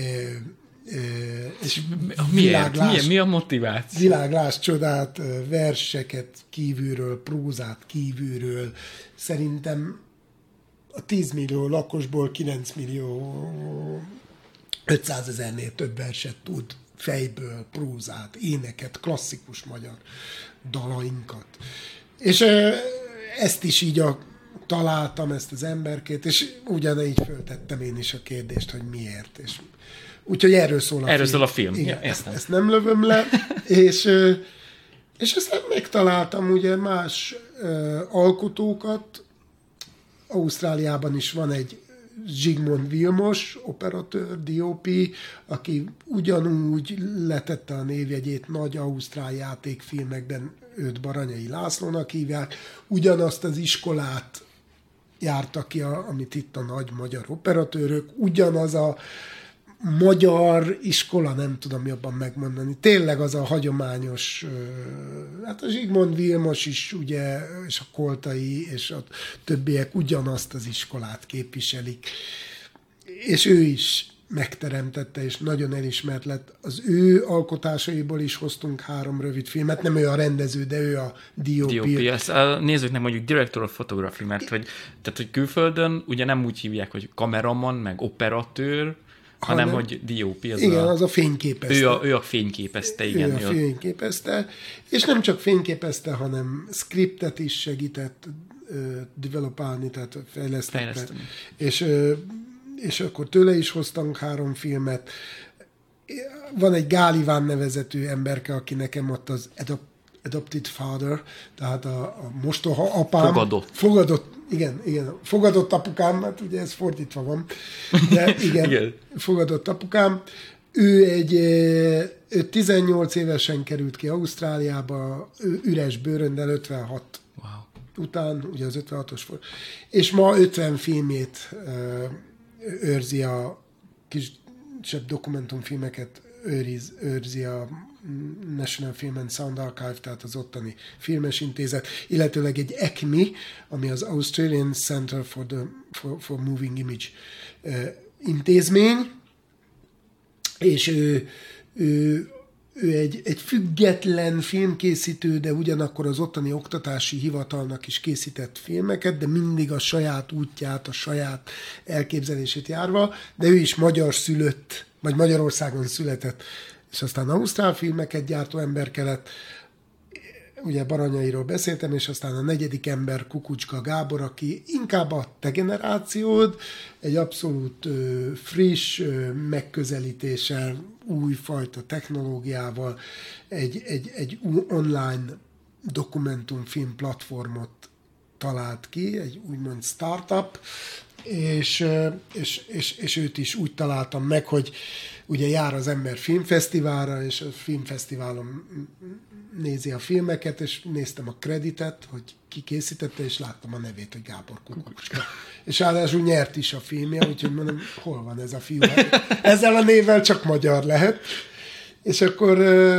és miért? Milyen, mi a motiváció? Világlás csodát, verseket kívülről, prózát kívülről, szerintem a tíz millió lakosból kilenc millió ötszázezernél több verset tud fejből, prózát, éneket, klasszikus magyar dalainkat. És ezt is így a, találtam, ezt az emberkét, és ugyanígy föltettem én is a kérdést, hogy miért. És úgyhogy erről szól a erről film. Szól a film. Igen, ja, ezt, ezt nem lövöm le, és, és aztán megtaláltam ugye más alkotókat. Ausztráliában is van egy Zsigmond Vilmos, operatőr, dé o pé, aki ugyanúgy letette a névjegyét nagy ausztrál játékfilmekben, őt Baranyai Lászlónak hívják, ugyanazt az iskolát járta ki, a, amit itt a nagy magyar operatőrök, ugyanaz a magyar iskola, nem tudom jobban megmondani, tényleg az a hagyományos, hát a Zsigmond Vilmos is, ugye, és a Koltai, és a többiek ugyanazt az iskolát képviselik, és ő is megteremtette, és nagyon elismert lett. Az ő alkotásaiból is hoztunk három rövid filmet, nem ő a rendező, de ő a dé o pé. dé o pé, ezt a nézőknek mondjuk Director of Photography, mert hogy, tehát, hogy külföldön ugye nem úgy hívják, hogy kameraman, meg operatőr, hanem, hanem hogy dé o pé. Az igen, a, az a fényképezte. Ő a, ő a fényképezte, igen. Ő a fényképezte, és nem csak fényképezte, hanem scriptet is segített uh, developálni, tehát fejlesztette. Fejleszteni. És, uh, és akkor tőle is hoztunk három filmet. Van egy Gál Iván nevezetű emberke, aki nekem ott az Adop- Adopted Father, tehát a, a mostoha apám. Fogadott. Fogadott. Igen, igen, fogadott apukám, hát ugye ez fordítva van, de igen, igen. Fogadott apukám. Ő egy ő tizennyolc évesen került ki Ausztráliába, ő üres bőröndel ötvenhat wow. után, ugye az ötvenhatos for, és ma ötven filmét uh, őrzi a kisebb dokumentumfilmeket, őriz, őrzi a National Film and Sound Archive, tehát az ottani filmes intézet, illetőleg egy á cé em i, ami az Australian Centre for, the, for, for Moving Image uh, intézmény, és ő, ő, ő egy, egy független filmkészítő, de ugyanakkor az ottani oktatási hivatalnak is készített filmeket, de mindig a saját útját, a saját elképzelését járva, de ő is magyar szülött, vagy Magyarországon született, és aztán ausztrál filmeket gyártó ember lett. Ugye Baranyairól beszéltem, és aztán a negyedik ember Kukucska Gábor, aki inkább a te generációd, egy abszolút ö, friss ö, megközelítéssel, újfajta technológiával, egy, egy, egy online dokumentumfilm platformot talált ki, egy úgymond startup, és, és, és, és őt is úgy találtam meg, hogy ugye jár az ember filmfesztiválra, és a filmfesztiválon nézi a filmeket, és néztem a kreditet, hogy ki készítette, és láttam a nevét, hogy Gábor Kukucska. És ráadásul nyert is a filmje, úgyhogy mondom, hol van ez a fiú? Ezzel a névvel csak magyar lehet. És akkor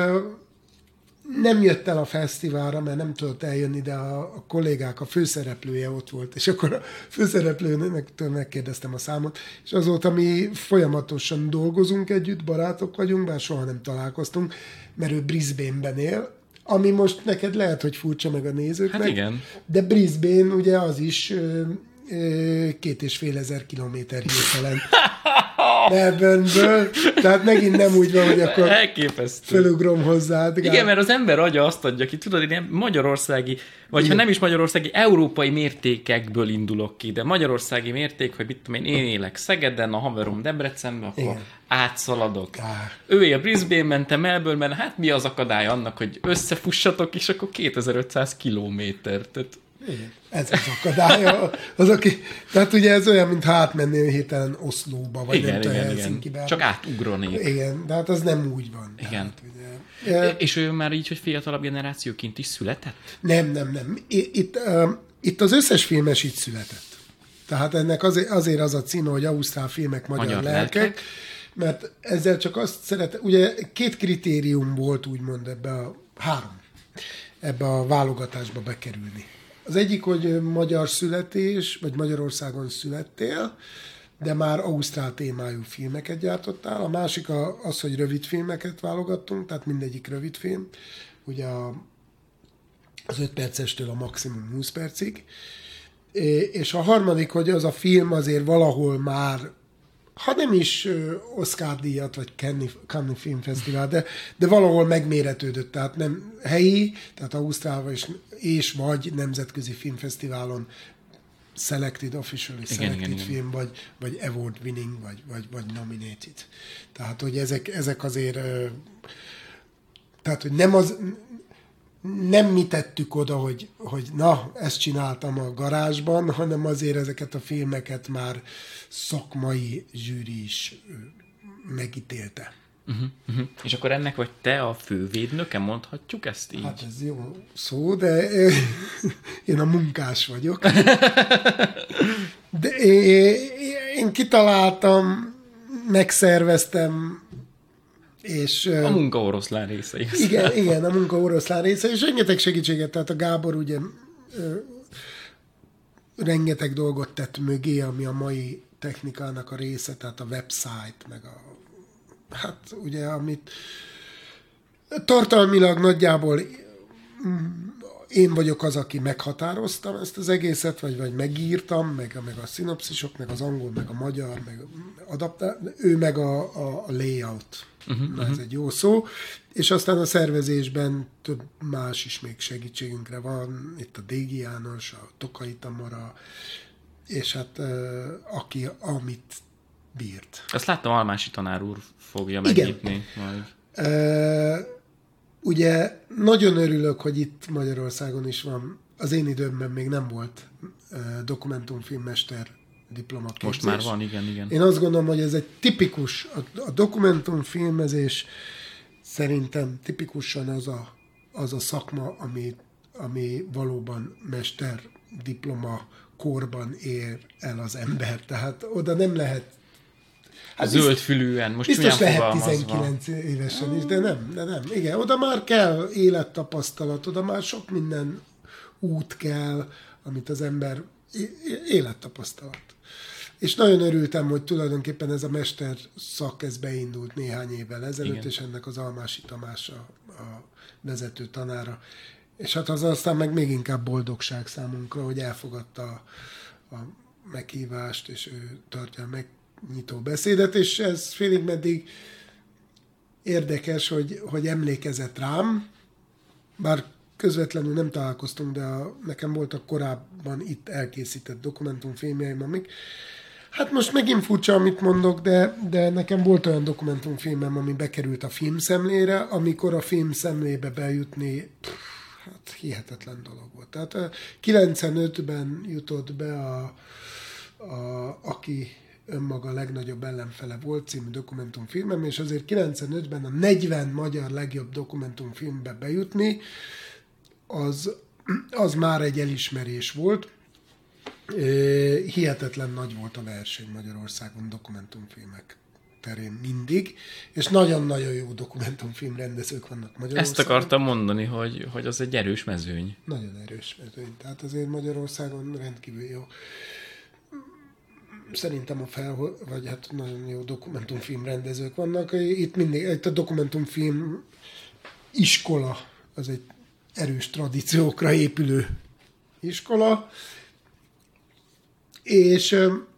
nem jött el a fesztiválra, mert nem tudott eljönni, de a, a kollégák, a főszereplője ott volt, és akkor a főszereplőnek megkérdeztem a számot, és azóta mi folyamatosan dolgozunk együtt, barátok vagyunk, bár soha nem találkoztunk, mert ő Brisbane-ben él, ami most neked lehet, hogy furcsa meg a nézőknek, hát igen. De Brisbane ugye az is ö, ö, két és fél ezer kilométer hirtelen. Melbourneből, tehát megint nem úgy van, hogy akkor elképesztő. Fölugrom hozzád. Gál. Igen, mert az ember agya azt adja ki, tudod, én magyarországi, vagy igen. Ha nem is magyarországi, európai mértékekből indulok ki, de magyarországi mérték, hogy mit tudom én, én élek Szegeden, a haverom Debrecenben, akkor igen. Átszaladok. Ah. Ő él Brisbane-ben, te Melbourne-ben, hát mi az akadály annak, hogy összefussatok, és akkor kétezer-ötszáz kilométer. Tehát Igen. Ez az akadálya. Az, aki, tehát ugye ez olyan, mint átmennél héten Oszlóba, vagy igen, nem tudom, igen, Helsinkibe. igen. Csak átugronék. Igen, de hát az nem úgy van. Igen. Tehát, ugye, és ő már így, hogy fiatalabb generációként is született? Nem, nem, nem. Itt, uh, itt az összes filmes így született. Tehát ennek azért, azért az a címe, hogy Ausztrál filmek, magyar, magyar lelkek, lelkek, mert ezzel csak azt szeret, ugye két kritérium volt úgymond ebbe a, három, ebbe a válogatásba bekerülni. Az egyik, hogy magyar születés, vagy Magyarországon születtél, de már ausztrál témájú filmeket gyártottál. A másik az, hogy rövid filmeket válogattunk, tehát mindegyik rövid film. Ugye a, az öt percestől a maximum húsz percig. És a harmadik, hogy az a film azért valahol már, ha nem is Oscar-díjat, vagy Cannes Filmfesztivál, de, de valahol megméretődött, tehát nem helyi, tehát Ausztrálban is, és vagy nemzetközi filmfesztiválon selected, officially selected igen, igen, film, igen. Vagy, vagy award winning, vagy, vagy, vagy nominated. Tehát, hogy ezek, ezek azért, tehát, hogy nem az, nem mi tettük oda, hogy, hogy na, ezt csináltam a garázsban, hanem azért ezeket a filmeket már szakmai zsűri is megítélte. Uh-huh, uh-huh. És akkor ennek vagy te a fővédnöke, mondhatjuk ezt így? Hát ez jó szó, de én a munkás vagyok. De én kitaláltam, megszerveztem, és... A munka oroszlán része. Igen, igen, a munka oroszlán része, és rengeteg segítséget, tehát a Gábor ugye ö, rengeteg dolgot tett mögé, ami a mai technikának a része, tehát a website, meg a hát ugye, amit tartalmilag nagyjából én vagyok az, aki meghatároztam ezt az egészet, vagy, vagy megírtam, meg, meg a szinopszisok, meg az angol, meg a magyar, meg adaptál, ő meg a, a, a layout. Uh-huh, Na, uh-huh. Ez egy jó szó. És aztán a szervezésben több más is még segítségünkre van. Itt a Dégi János, a Tokai Tamara, és hát aki amit bírt. Azt láttam, Almási tanár úr fogja megnyitni majd. E, ugye nagyon örülök, hogy itt Magyarországon is van. Az én időmben még nem volt e, dokumentumfilmmester diplomaképzés. Most már van, igen, igen. Én azt gondolom, hogy ez egy tipikus, a, a dokumentumfilmezés szerintem tipikusan az a, az a szakma, ami, ami valóban mester diploma korban ér el az ember. Tehát oda nem lehet hát zöldfülűen, most biztos lehet tizenkilenc évesen is, de nem, de nem. Igen, oda már kell élettapasztalat, oda már sok minden út kell, amit az ember élettapasztalat. És nagyon örültem, hogy tulajdonképpen ez a mester szak, ez beindult néhány évvel ezelőtt, igen. És ennek az Almási Tamás a, a vezető tanára. És hát az aztán meg még inkább boldogság számunkra, hogy elfogadta a, a meghívást, és ő tartja meg nyitó beszédet, és ez félig meddig érdekes, hogy, hogy emlékezett rám, bár közvetlenül nem találkoztunk, de a, nekem voltak korábban itt elkészített dokumentumfilmjeim, amik, hát most megint furcsa, amit mondok, de, de nekem volt olyan dokumentumfilmem, ami bekerült a filmszemlére, amikor a filmszemlébe bejutni, pff, hát hihetetlen dolog volt. Tehát kilencvenötben jutott be a, a aki önmaga legnagyobb ellenfele volt című dokumentumfilmem, és azért kilencvenötben a negyven magyar legjobb dokumentumfilmbe bejutni, az, az már egy elismerés volt. Hihetetlen nagy volt a verseny Magyarországon dokumentumfilmek terén mindig, és nagyon-nagyon jó dokumentumfilm rendezők vannak Magyarországon. Ezt akartam mondani, hogy, hogy az egy erős mezőny. Nagyon erős mezőny, tehát azért Magyarországon rendkívül jó. Szerintem a fel, vagy hát nagyon jó dokumentumfilm rendezők vannak. Itt mindig, itt a dokumentumfilm iskola, az egy erős tradíciókra épülő iskola, és,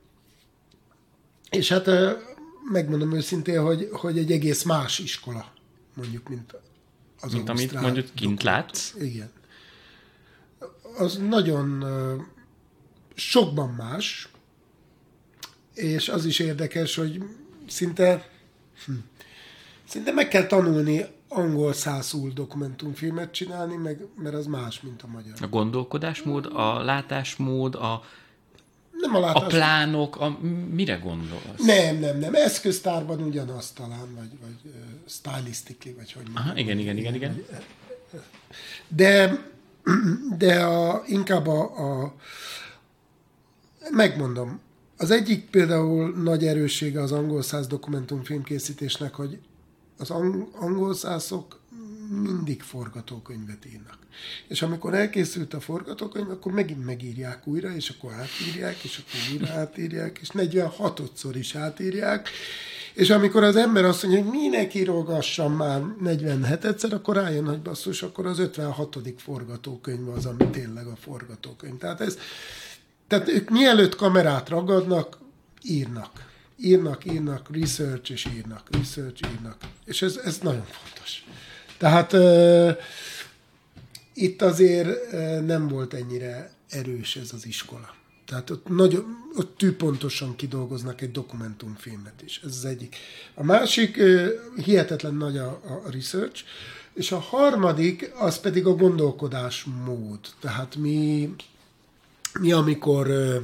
és hát megmondom őszintén, hogy, hogy egy egész más iskola, mondjuk, mint az mint amit mondjuk kint látsz. Igen. Az nagyon sokban más, és az is érdekes, hogy szinte, hm, szinte meg kell tanulni angol szászul dokumentumfilmet csinálni, meg, mert az más, mint a magyar. A gondolkodásmód, a látásmód, a, nem a, látás... a plánok, a, mire gondolsz? Nem, nem, nem. Eszköztárban ugyanaz talán, vagy, vagy uh, stylistically, vagy hogy mondjam. Aha, igen, igen, igen, igen. De, de a, inkább a, a megmondom, az egyik például nagy erőssége az angol száz dokumentumfilmkészítésnek, hogy az ang- angol szászok mindig forgatókönyvet írnak. És amikor elkészült a forgatókönyv, akkor megint megírják újra, és akkor átírják, és akkor újra átírják, és negyvenhatodszor is átírják. És amikor az ember azt mondja, hogy minek írogassam már negyvenhetedszer, akkor rájön, hogy basszus, akkor az ötvenhatodik forgatókönyv az, ami tényleg a forgatókönyv. Tehát, ez, tehát ők mielőtt kamerát ragadnak, írnak. Írnak, írnak, research, és írnak, research, írnak. És ez, ez nagyon fontos. Tehát uh, itt azért uh, nem volt ennyire erős ez az iskola. Tehát ott, nagyon, ott tűpontosan kidolgoznak egy dokumentumfilmet is. Ez az egyik. A másik, uh, hihetetlen nagy a, a research, és a harmadik, az pedig a gondolkodásmód. Tehát mi, mi amikor... Uh,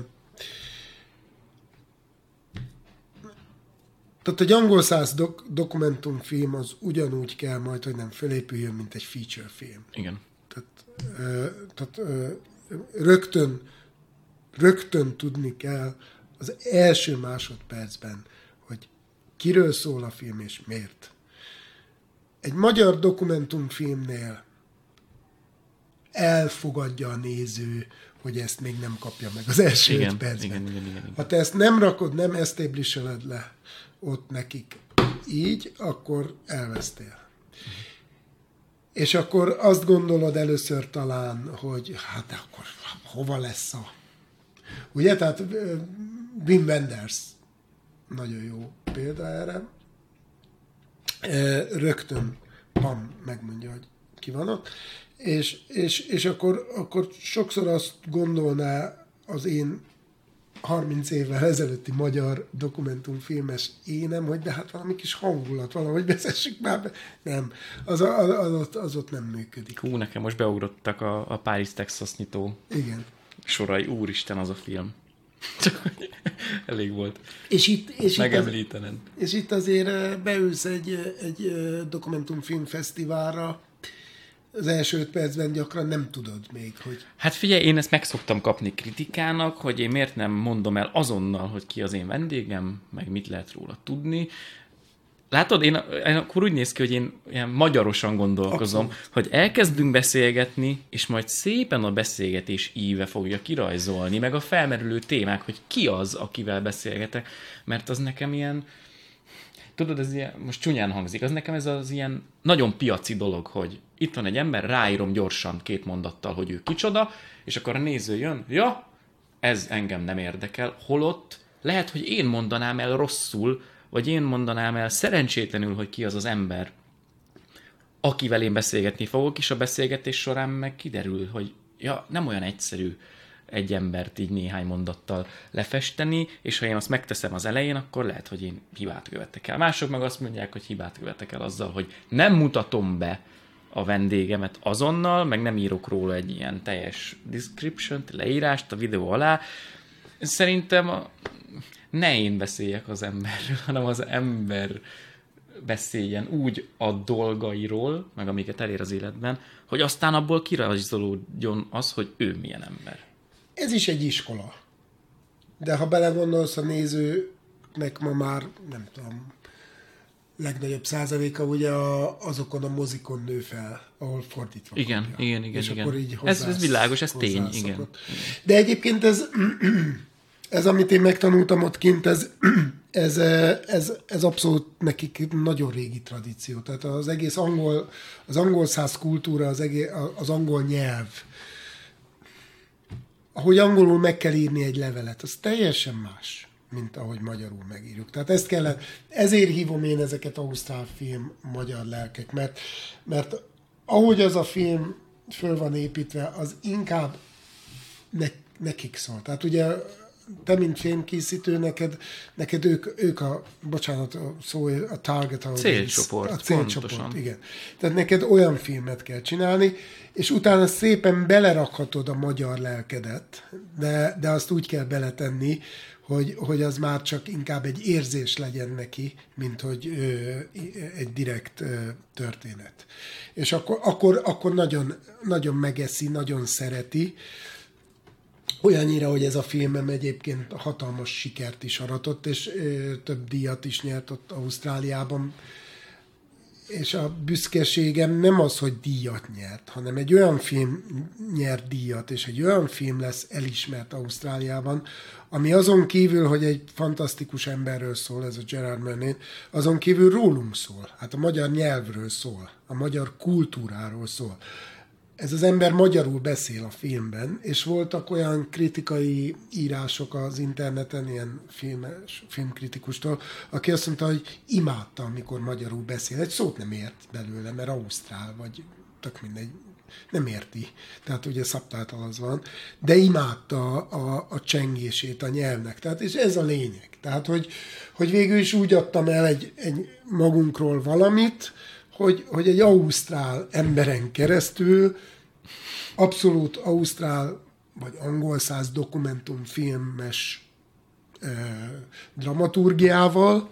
Tehát egy angol száz dok- dokumentumfilm az ugyanúgy kell majd, hogy nem fölépüljön, mint egy feature film. Igen. Tehát, ö, tehát ö, rögtön, rögtön tudni kell az első másodpercben, hogy kiről szól a film és miért. Egy magyar dokumentumfilmnél elfogadja a néző, hogy ezt még nem kapja meg az első igen, öt percben. Igen, igen, igen, igen. Ha te ezt nem rakod, nem establishöled le ott nekik így, akkor elvesztél. Uh-huh. És akkor azt gondolod először talán, hogy hát akkor hova lesz a... Ugye, tehát Wim Wenders nagyon jó példa erre. Rögtön pam, megmondja, hogy ki van ott. És, és, és akkor, akkor sokszor azt gondolná az én harminc évvel ezelőtti magyar dokumentumfilmes énem, hogy de hát valami kis hangulat, valahogy vezessük már be. Nem, az, az, az, ott, az ott nem működik. Hú, nekem most beugrottak a, a Párizs-Texas nyitó Igen. sorai. Úristen, az a film. Csak hogy elég volt és itt, és megemlítened. Itt az, és itt azért beülsz egy, egy dokumentumfilmfesztiválra, az első öt percben gyakran nem tudod még, hogy... Hát figyelj, én ezt meg szoktam kapni kritikának, hogy én miért nem mondom el azonnal, hogy ki az én vendégem, meg mit lehet róla tudni. Látod, én, én akkor úgy néz ki, hogy én ilyen magyarosan gondolkozom, abszolút, hogy elkezdünk beszélgetni, és majd szépen a beszélgetés íve fogja kirajzolni, meg a felmerülő témák, hogy ki az, akivel beszélgetek, mert az nekem ilyen... Tudod, ez ilyen, most csúnyán hangzik, az nekem ez az ilyen nagyon piaci dolog, hogy itt van egy ember, ráírom gyorsan két mondattal, hogy ő kicsoda, és akkor a néző jön, ja, ez engem nem érdekel, holott lehet, hogy én mondanám el rosszul, vagy én mondanám el szerencsétlenül, hogy ki az az ember, akivel én beszélgetni fogok, és a beszélgetés során meg kiderül, hogy ja, nem olyan egyszerű egy embert így néhány mondattal lefesteni, és ha én azt megteszem az elején, akkor lehet, hogy én hibát követek el. Mások meg azt mondják, hogy hibát követek el azzal, hogy nem mutatom be a vendégemet azonnal, meg nem írok róla egy ilyen teljes description-t, leírást a videó alá. Szerintem a... ne én beszéljek az emberről, hanem az ember beszéljen úgy a dolgairól, meg amiket elér az életben, hogy aztán abból kirajzolódjon az, hogy ő milyen ember. Ez is egy iskola. De ha belegondolsz, a nézőnek ma már, nem tudom, legnagyobb százaléka ugye a, azokon a mozikon nő fel, ahol fordítva igen, kapja. igen, igen, és igen. Akkor így ez, ez világos, ez tény, igen, igen. De egyébként ez, ez, amit én megtanultam ott kint, ez, ez, ez, ez abszolút nekik nagyon régi tradíció. Tehát az egész angol, az angol száz kultúra, az, egész, az angol nyelv, ahogy angolul meg kell írni egy levelet, az teljesen más, mint ahogy magyarul megírjuk. Tehát ezt kellett, ezért hívom én ezeket ausztrál film magyar lelkek, mert, mert ahogy az a film föl van építve, az inkább ne, nekik szól. Tehát ugye te, mint filmkészítő, neked, neked ők, ők a, bocsánat, a szó, a target audience. Célcsoport, a célcsoport, pontosan. igen. Tehát neked olyan filmet kell csinálni, és utána szépen belerakhatod a magyar lelkedet, de, de azt úgy kell beletenni, hogy, hogy az már csak inkább egy érzés legyen neki, mint hogy ö, egy direkt ö, történet. És akkor, akkor, akkor nagyon, nagyon megeszi, nagyon szereti, olyannyira, hogy ez a filmem egyébként hatalmas sikert is aratott, és ö, több díjat is nyert ott Ausztráliában. És a büszkeségem nem az, hogy díjat nyert, hanem egy olyan film nyert díjat, és egy olyan film lesz elismert Ausztráliában, ami azon kívül, hogy egy fantasztikus emberről szól, ez a Gerard Murnane, azon kívül rólunk szól. Hát a magyar nyelvről szól, a magyar kultúráról szól. Ez az ember magyarul beszél a filmben, és voltak olyan kritikai írások az interneten, ilyen filmes, filmkritikustól, aki azt mondta, hogy imádta, amikor magyarul beszél. Egy szót nem ért belőle, mert ausztrál, vagy tök mindegy, nem érti. Tehát ugye subtitle az van, de imádta a, a, a csengését a nyelvnek. Tehát, és ez a lényeg. Tehát, hogy, hogy végül is úgy adtam el egy, egy magunkról valamit, Hogy, hogy egy ausztrál emberen keresztül abszolút ausztrál vagy angol száz dokumentumfilmes e, dramaturgiával,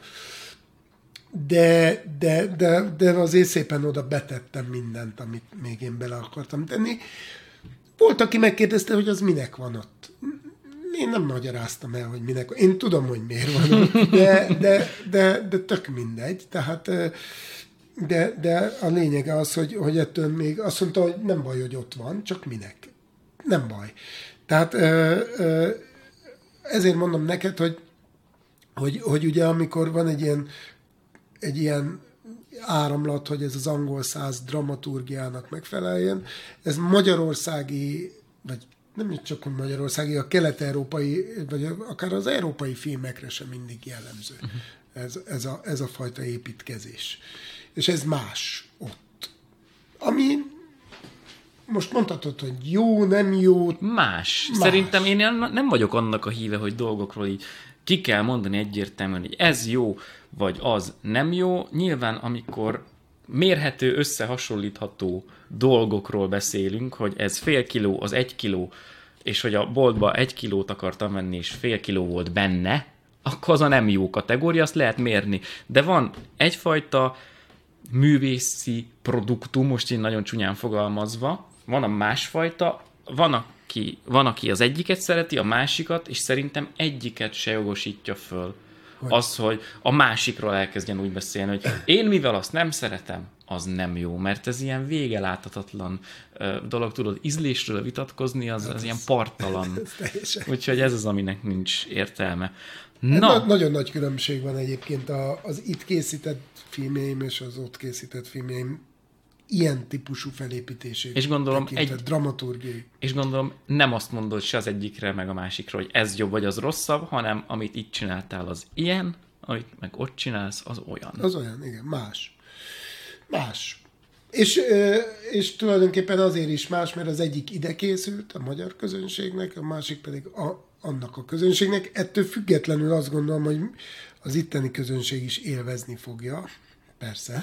de, de, de, de azért szépen oda betettem mindent, amit még én bele akartam tenni. Volt, aki megkérdezte, hogy az minek van ott. Én nem magyaráztam el, hogy minek van. Én tudom, hogy miért van ott, de, de, de, de tök mindegy. Tehát De, de a lényege az, hogy, hogy ettől még azt mondta, hogy nem baj, hogy ott van, csak minek. Nem baj. Tehát ö, ö, ezért mondom neked, hogy, hogy, hogy ugye amikor van egy ilyen, egy ilyen áramlat, hogy ez az angol száz dramaturgiának megfeleljen, ez magyarországi, vagy nem csak a magyarországi, a kelet-európai, vagy akár az európai filmekre sem mindig jellemző. Uh-huh. Ez, ez, a, ez a fajta építkezés. És ez más ott. Ami most mondhatod, hogy jó, nem jó. Más. más. Szerintem én nem vagyok annak a híve, hogy dolgokról így ki kell mondani egyértelműen, hogy ez jó, vagy az nem jó. Nyilván, amikor mérhető, összehasonlítható dolgokról beszélünk, hogy ez fél kiló, az egy kiló, és hogy a boltba egy kilót akartam venni, és fél kiló volt benne, akkor az a nem jó kategória, azt lehet mérni. De van egyfajta művészi produktum, most én nagyon csúnyán fogalmazva, van a másfajta, van aki, van, aki az egyiket szereti, a másikat, és szerintem egyiket se jogosítja föl. Hogy? Az, hogy a másikról elkezdjen úgy beszélni, hogy én mivel azt nem szeretem, az nem jó, mert ez ilyen vége láthatatlan uh, dolog, tudod, ízlésről vitatkozni, az, az ilyen parttalan. Úgyhogy ez az, aminek nincs értelme. Na. Nagyon nagy különbség van egyébként az itt készített filmjeim és az ott készített filmjeim ilyen típusú felépítését. És gondolom, egy, dramaturgiai. És gondolom nem azt mondod se az egyikre, meg a másikra, hogy ez jobb vagy az rosszabb, hanem amit itt csináltál az ilyen, amit meg ott csinálsz, az olyan. Az olyan, igen, más. Más. És, és tulajdonképpen azért is más, mert az egyik ide készült a magyar közönségnek, a másik pedig a, annak a közönségnek. Ettől függetlenül azt gondolom, hogy az itteni közönség is élvezni fogja. Persze.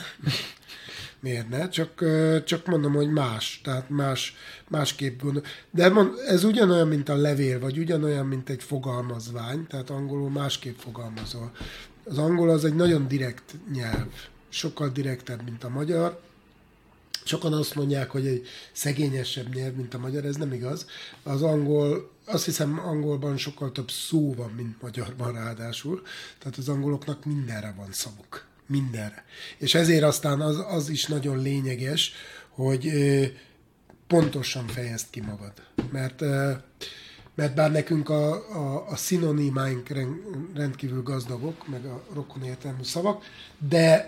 Miért ne? Csak, csak mondom, hogy más. Tehát más, másképp gondol. De ez ugyanolyan, mint a levél, vagy ugyanolyan, mint egy fogalmazvány. Tehát angolul másképp fogalmazol. Az angol az egy nagyon direkt nyelv. Sokkal direktebb, mint a magyar. Sokan azt mondják, hogy egy szegényesebb nyelv, mint a magyar, ez nem igaz. Az angol, azt hiszem angolban sokkal több szó van, mint magyarban ráadásul. Tehát az angoloknak mindenre van szavuk. Mindenre. És ezért aztán az, az is nagyon lényeges, hogy pontosan fejezd ki magad. Mert, mert bár nekünk a, a, a szinonimáink rendkívül gazdagok, meg a rokon értelmű szavak, de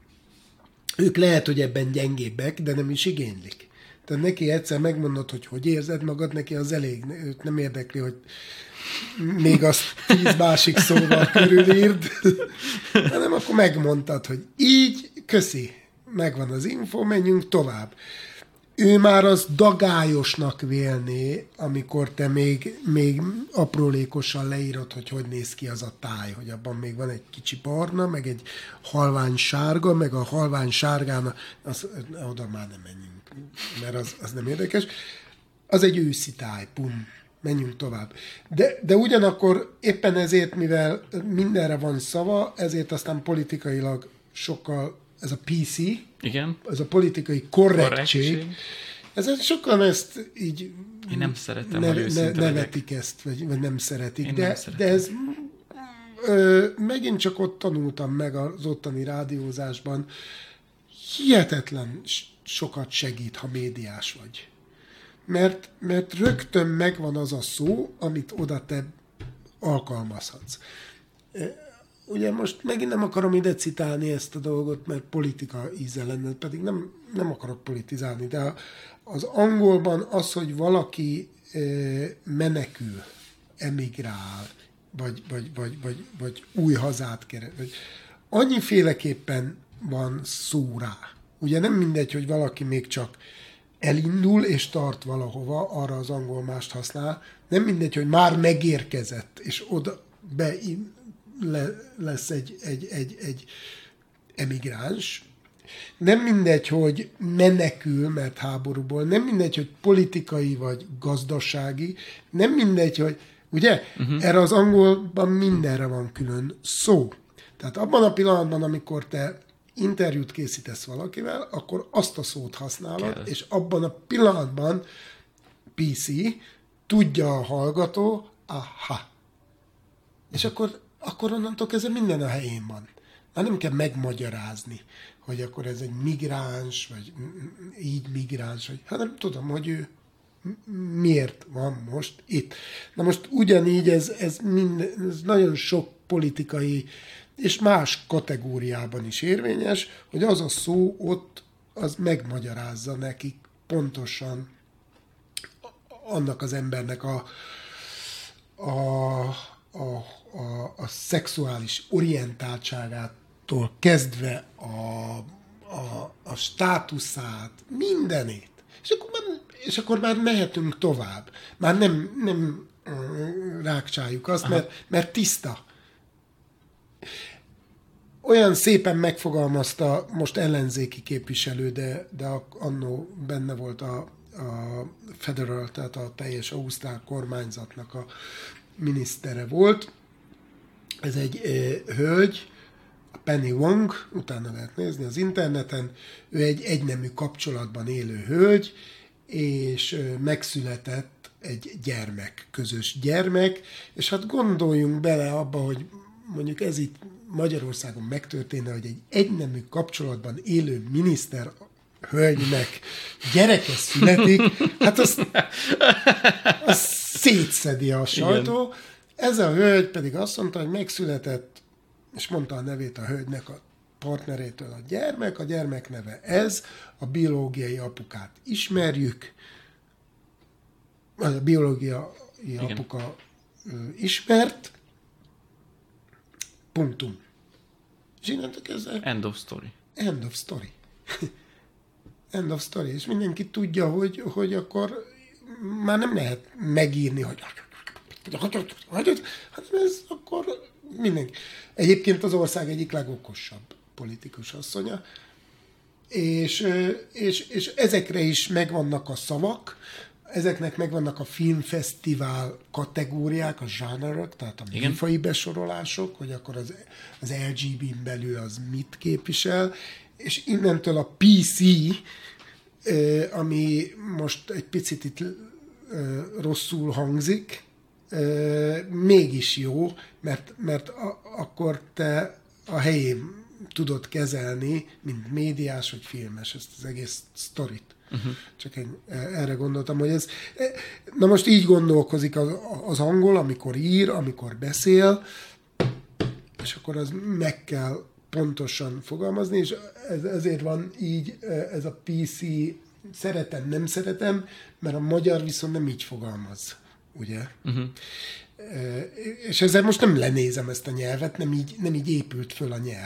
ők lehet, hogy ebben gyengébbek, de nem is igénylik. Tehát neki egyszer megmondod, hogy hogy érzed magad, neki az elég, őt nem érdekli, hogy még azt tíz másik szóval körülírd, hanem akkor megmondtad, hogy így, köszi, megvan az info, menjünk tovább. ő már az dagályosnak vélné, amikor te még, még aprólékosan leírod, hogy hogy néz ki az a táj, hogy abban még van egy kicsi barna, meg egy halvány sárga, meg a halvány sárgán, az, oda már nem menjünk, mert az, az nem érdekes. Az egy őszi táj, pum, menjünk tovább. De, de ugyanakkor éppen ezért, mivel mindenre van szava, ezért aztán politikailag sokkal ez a pé cé, igen, ez a politikai korrektség, korrektség. Ez sokan ezt így Én nem szeretem, ne, hogy ne, nevetik ezt, vagy, vagy nem szeretik. Én de, nem szeretem. de ez ö, megint csak ott tanultam meg az ottani rádiózásban, hihetetlen sokat segít, ha médiás vagy. Mert, mert rögtön megvan az a szó, amit oda te alkalmazhatsz. Ugye most megint nem akarom ide citálni ezt a dolgot, mert politika íze lenne, pedig nem, nem akarok politizálni, de az angolban az, hogy valaki menekül, emigrál, vagy, vagy, vagy, vagy, vagy új hazát keres, vagy annyiféleképpen van szó rá. Ugye nem mindegy, hogy valaki még csak elindul és tart valahova, arra az angol mást használ. Nem mindegy, hogy már megérkezett, és oda be le, lesz egy, egy, egy, egy emigráns. Nem mindegy, hogy menekül, mert háborúból, nem mindegy, hogy politikai vagy gazdasági, nem mindegy, hogy, ugye, uh-huh. erre az angolban mindenre van külön szó. Tehát abban a pillanatban, amikor te interjút készítesz valakivel, akkor azt a szót használod, kell. És abban a pillanatban pé cé tudja a hallgató, aha. És akkor, akkor onnantól kezdve minden a helyén van. Már nem kell megmagyarázni, hogy akkor ez egy migráns, vagy így migráns, vagy hát nem tudom, hogy ő miért van most itt. Na most ugyanígy ez, ez, minden, ez nagyon sok politikai és más kategóriában is érvényes, hogy az a szó ott, az megmagyarázza nekik pontosan annak az embernek a, a, a, a, a szexuális orientáltságától kezdve a, a, a státuszát, mindenét. És akkor, már, és akkor már mehetünk tovább. Már nem, nem rákcsáljuk azt, mert, mert tiszta. Olyan szépen megfogalmazta most ellenzéki képviselő, de, de annó benne volt a, a federal, tehát a teljes ausztrál kormányzatnak a minisztere volt. Ez egy e, hölgy, a Penny Wong, utána lehet nézni az interneten, ő egy egynemű kapcsolatban élő hölgy, és e, megszületett egy gyermek, közös gyermek, és hát gondoljunk bele abba, hogy mondjuk ez itt Magyarországon megtörténne, hogy egy egynemű kapcsolatban élő miniszter hölgynek gyereke születik, hát azt, azt szétszedi a sajtó. Igen. Ez a hölgy pedig azt mondta, hogy megszületett, és mondta a nevét a hölgynek, a partnerétől a gyermek, a gyermek neve ez, a biológiai apukát ismerjük, a biológiai Igen. apuka ismert, punktum. És innentől kezdve... End of story. End of story. End of story. És mindenki tudja, hogy, hogy akkor már nem lehet megírni, hogy hanem ez akkor mindenki. Egyébként az ország egyik legokosabb politikus asszonya, és, és, és ezekre is megvannak a szavak, ezeknek megvannak a filmfesztivál kategóriák, a zsánerok, tehát a műfaji besorolások, hogy akkor az, az el gé bé-n belül az mit képvisel, és innentől a pé cé, ami most egy picit itt rosszul hangzik, mégis jó, mert, mert a, akkor te a helyén tudod kezelni, mint médiás vagy filmes, ezt az egész sztorit. Uh-huh. Csak én erre gondoltam, hogy ez... Na most így gondolkozik az, az angol, amikor ír, amikor beszél, és akkor az meg kell pontosan fogalmazni, és ez, ezért van így ez a pé cé szeretem, nem szeretem, mert a magyar viszont nem így fogalmaz, ugye? Uh-huh. És ezzel most nem lenézem ezt a nyelvet, nem így, nem így épült föl a nyelv.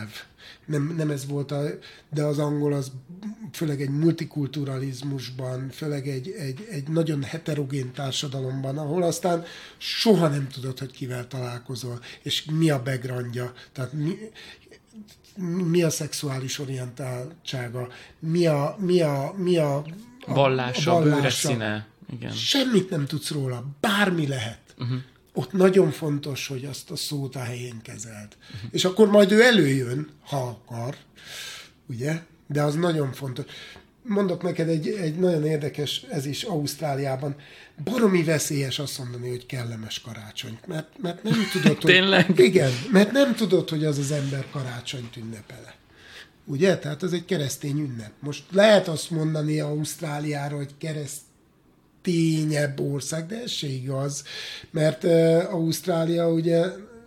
Nem, nem ez volt, a, de az angol az főleg egy multikulturalizmusban, főleg egy, egy, egy nagyon heterogén társadalomban, ahol aztán soha nem tudod, hogy kivel találkozol, és mi a backgroundja, tehát mi, mi a szexuális orientáltsága, mi a, mi a, mi a, a vallása, a bőre színe. Igen. Semmit nem tudsz róla, bármi lehet. Uh-huh. Ott nagyon fontos, hogy azt a szót a helyén kezeld. Uh-huh. És akkor majd ő előjön, ha akar, ugye? De az nagyon fontos. Mondok neked egy, egy nagyon érdekes, ez is Ausztráliában, baromi veszélyes azt mondani, hogy kellemes karácsonyt, mert, mert nem tudod, hogy... Tényleg? Igen, mert nem tudod, hogy az az ember karácsonyt ünnepele. Ugye? Tehát ez egy keresztény ünnep. Most lehet azt mondani Ausztráliára, hogy keresztényebb ország, de ez se igaz, mert uh, Ausztrália ugye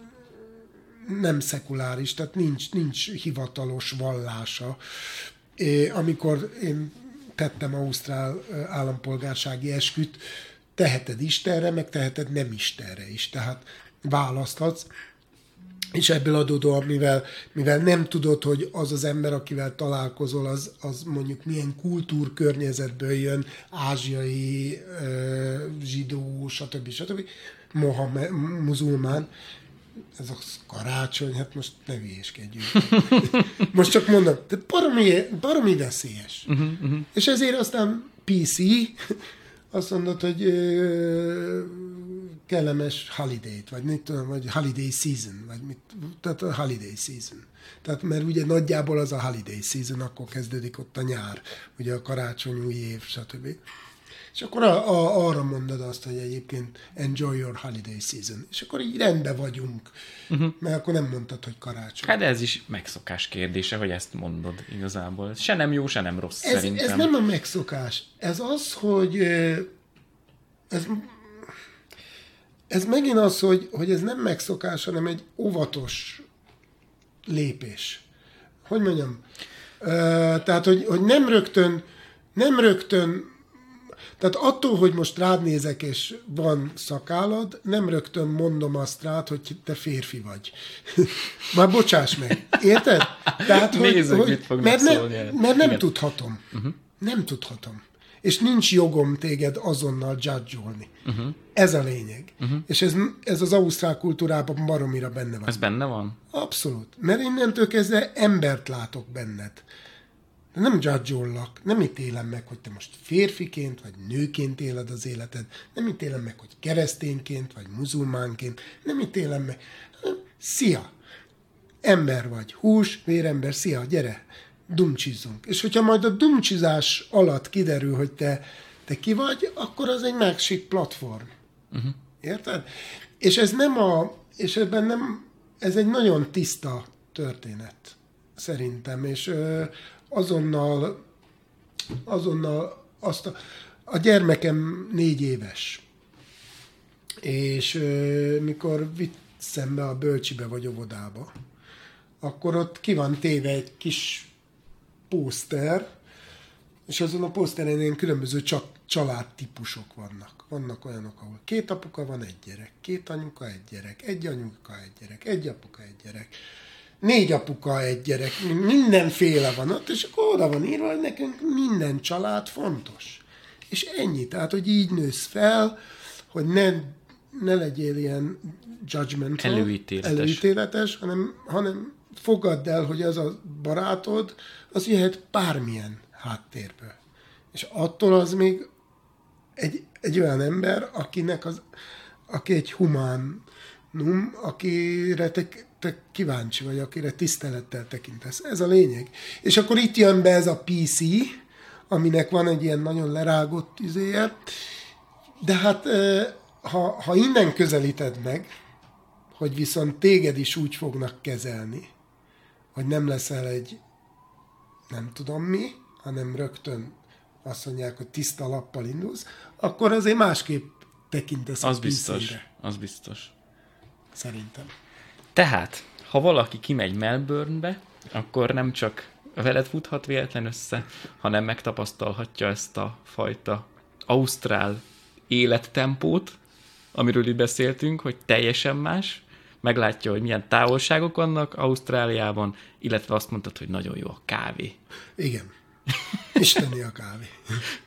nem szekuláris, tehát nincs, nincs hivatalos vallása. É, amikor én tettem ausztrál állampolgársági esküt, teheted Istenre, meg teheted nem Istenre is. Tehát választhatsz, és ebből adódóan, mivel, mivel nem tudod, hogy az az ember, akivel találkozol, az, az mondjuk milyen kultúrkörnyezetből jön, ázsiai, zsidó, stb. stb. Mohamed, muzulmán, ez a karácsony, hát most ne hülyéskedjünk. Most csak mondom, de baromi, baromi veszélyes. Uh-huh, uh-huh. És ezért aztán pé cé azt mondod, hogy ö, kellemes holiday-t, vagy mit tudom, vagy holiday season, vagy mit, tehát a holiday season. Tehát, mert ugye nagyjából az a holiday season, akkor kezdődik ott a nyár, ugye a karácsony, új év, stb. És akkor a, a, arra mondod azt, hogy egyébként enjoy your holiday season. És akkor így rendben vagyunk. Uh-huh. Mert akkor nem mondtad, hogy karácsony. Hát ez is megszokás kérdése, hogy ezt mondod igazából. Se nem jó, se nem rossz ez, szerintem. Ez nem a megszokás. Ez az, hogy ez, ez megint az, hogy, hogy ez nem megszokás, hanem egy óvatos lépés. Hogy mondjam? Tehát, hogy, hogy nem rögtön nem rögtön Tehát attól, hogy most rád nézek, és van szakállad, nem rögtön mondom azt rád, hogy te férfi vagy. Már bocsáss meg. Érted? Tehát, hogy, Nézzük, hogy, mit fognak mert, ne, szólni. mert nem Igen. tudhatom. Uh-huh. Nem tudhatom. És nincs jogom téged azonnal judge-olni. Uh-huh. Ez a lényeg. Uh-huh. És ez, ez az ausztrál kultúrában baromira benne van. Ez benne van? Abszolút. Mert innentől kezdve embert látok benned. Nem judge-ollak, nem ítélem meg, hogy te most férfiként vagy nőként éled az életed, nem ítélem meg, hogy keresztényként vagy muzulmánként, nem ítélem meg. Szia! Ember vagy, hús, vérember, szia, gyere, dumcsizzunk. És hogyha majd a dumcsizás alatt kiderül, hogy te, te ki vagy, akkor az egy másik platform. Uh-huh. Érted? És ez nem a, és ebben nem, ez egy nagyon tiszta történet, szerintem, és ö, azonnal, azonnal azt a, a gyermekem négy éves, és ö, mikor viszem be a bölcsibe vagy óvodába, akkor ott ki van téve egy kis pószter, és azon a pószteren ilyen különböző családtípusok vannak. Vannak olyanok, ahol két apuka van, egy gyerek, két anyuka, egy gyerek, egy anyuka, egy gyerek, egy apuka, egy gyerek, négy apuka, egy gyerek, mindenféle van ott, és akkor oda van írva, hogy nekünk minden család fontos. És ennyi. Tehát, hogy így nősz fel, hogy ne, ne legyél ilyen judgmental, előítéletes, előítéletes hanem, hanem fogadd el, hogy az a barátod, az jöhet bármilyen háttérből. És attól az még egy, egy olyan ember, akinek az, aki egy humánum, akire te, te kíváncsi vagy, akire tisztelettel tekintesz. Ez a lényeg. És akkor itt jön be ez a pé cé, aminek van egy ilyen nagyon lerágott izéje, de hát ha, ha innen közelíted meg, hogy viszont téged is úgy fognak kezelni, hogy nem leszel egy nem tudom mi, hanem rögtön azt mondják, hogy tiszta lappal indulsz, akkor azért másképp tekintesz az a biztos, pé cére. Az biztos. Szerintem. Tehát, ha valaki kimegy Melbournebe, akkor nem csak veled futhat véletlen össze, hanem megtapasztalhatja ezt a fajta ausztrál élettempót, amiről itt beszéltünk, hogy teljesen más, meglátja, hogy milyen távolságok vannak Ausztráliában, illetve azt mondtad, hogy nagyon jó a kávé. Igen. Isteni a kávé.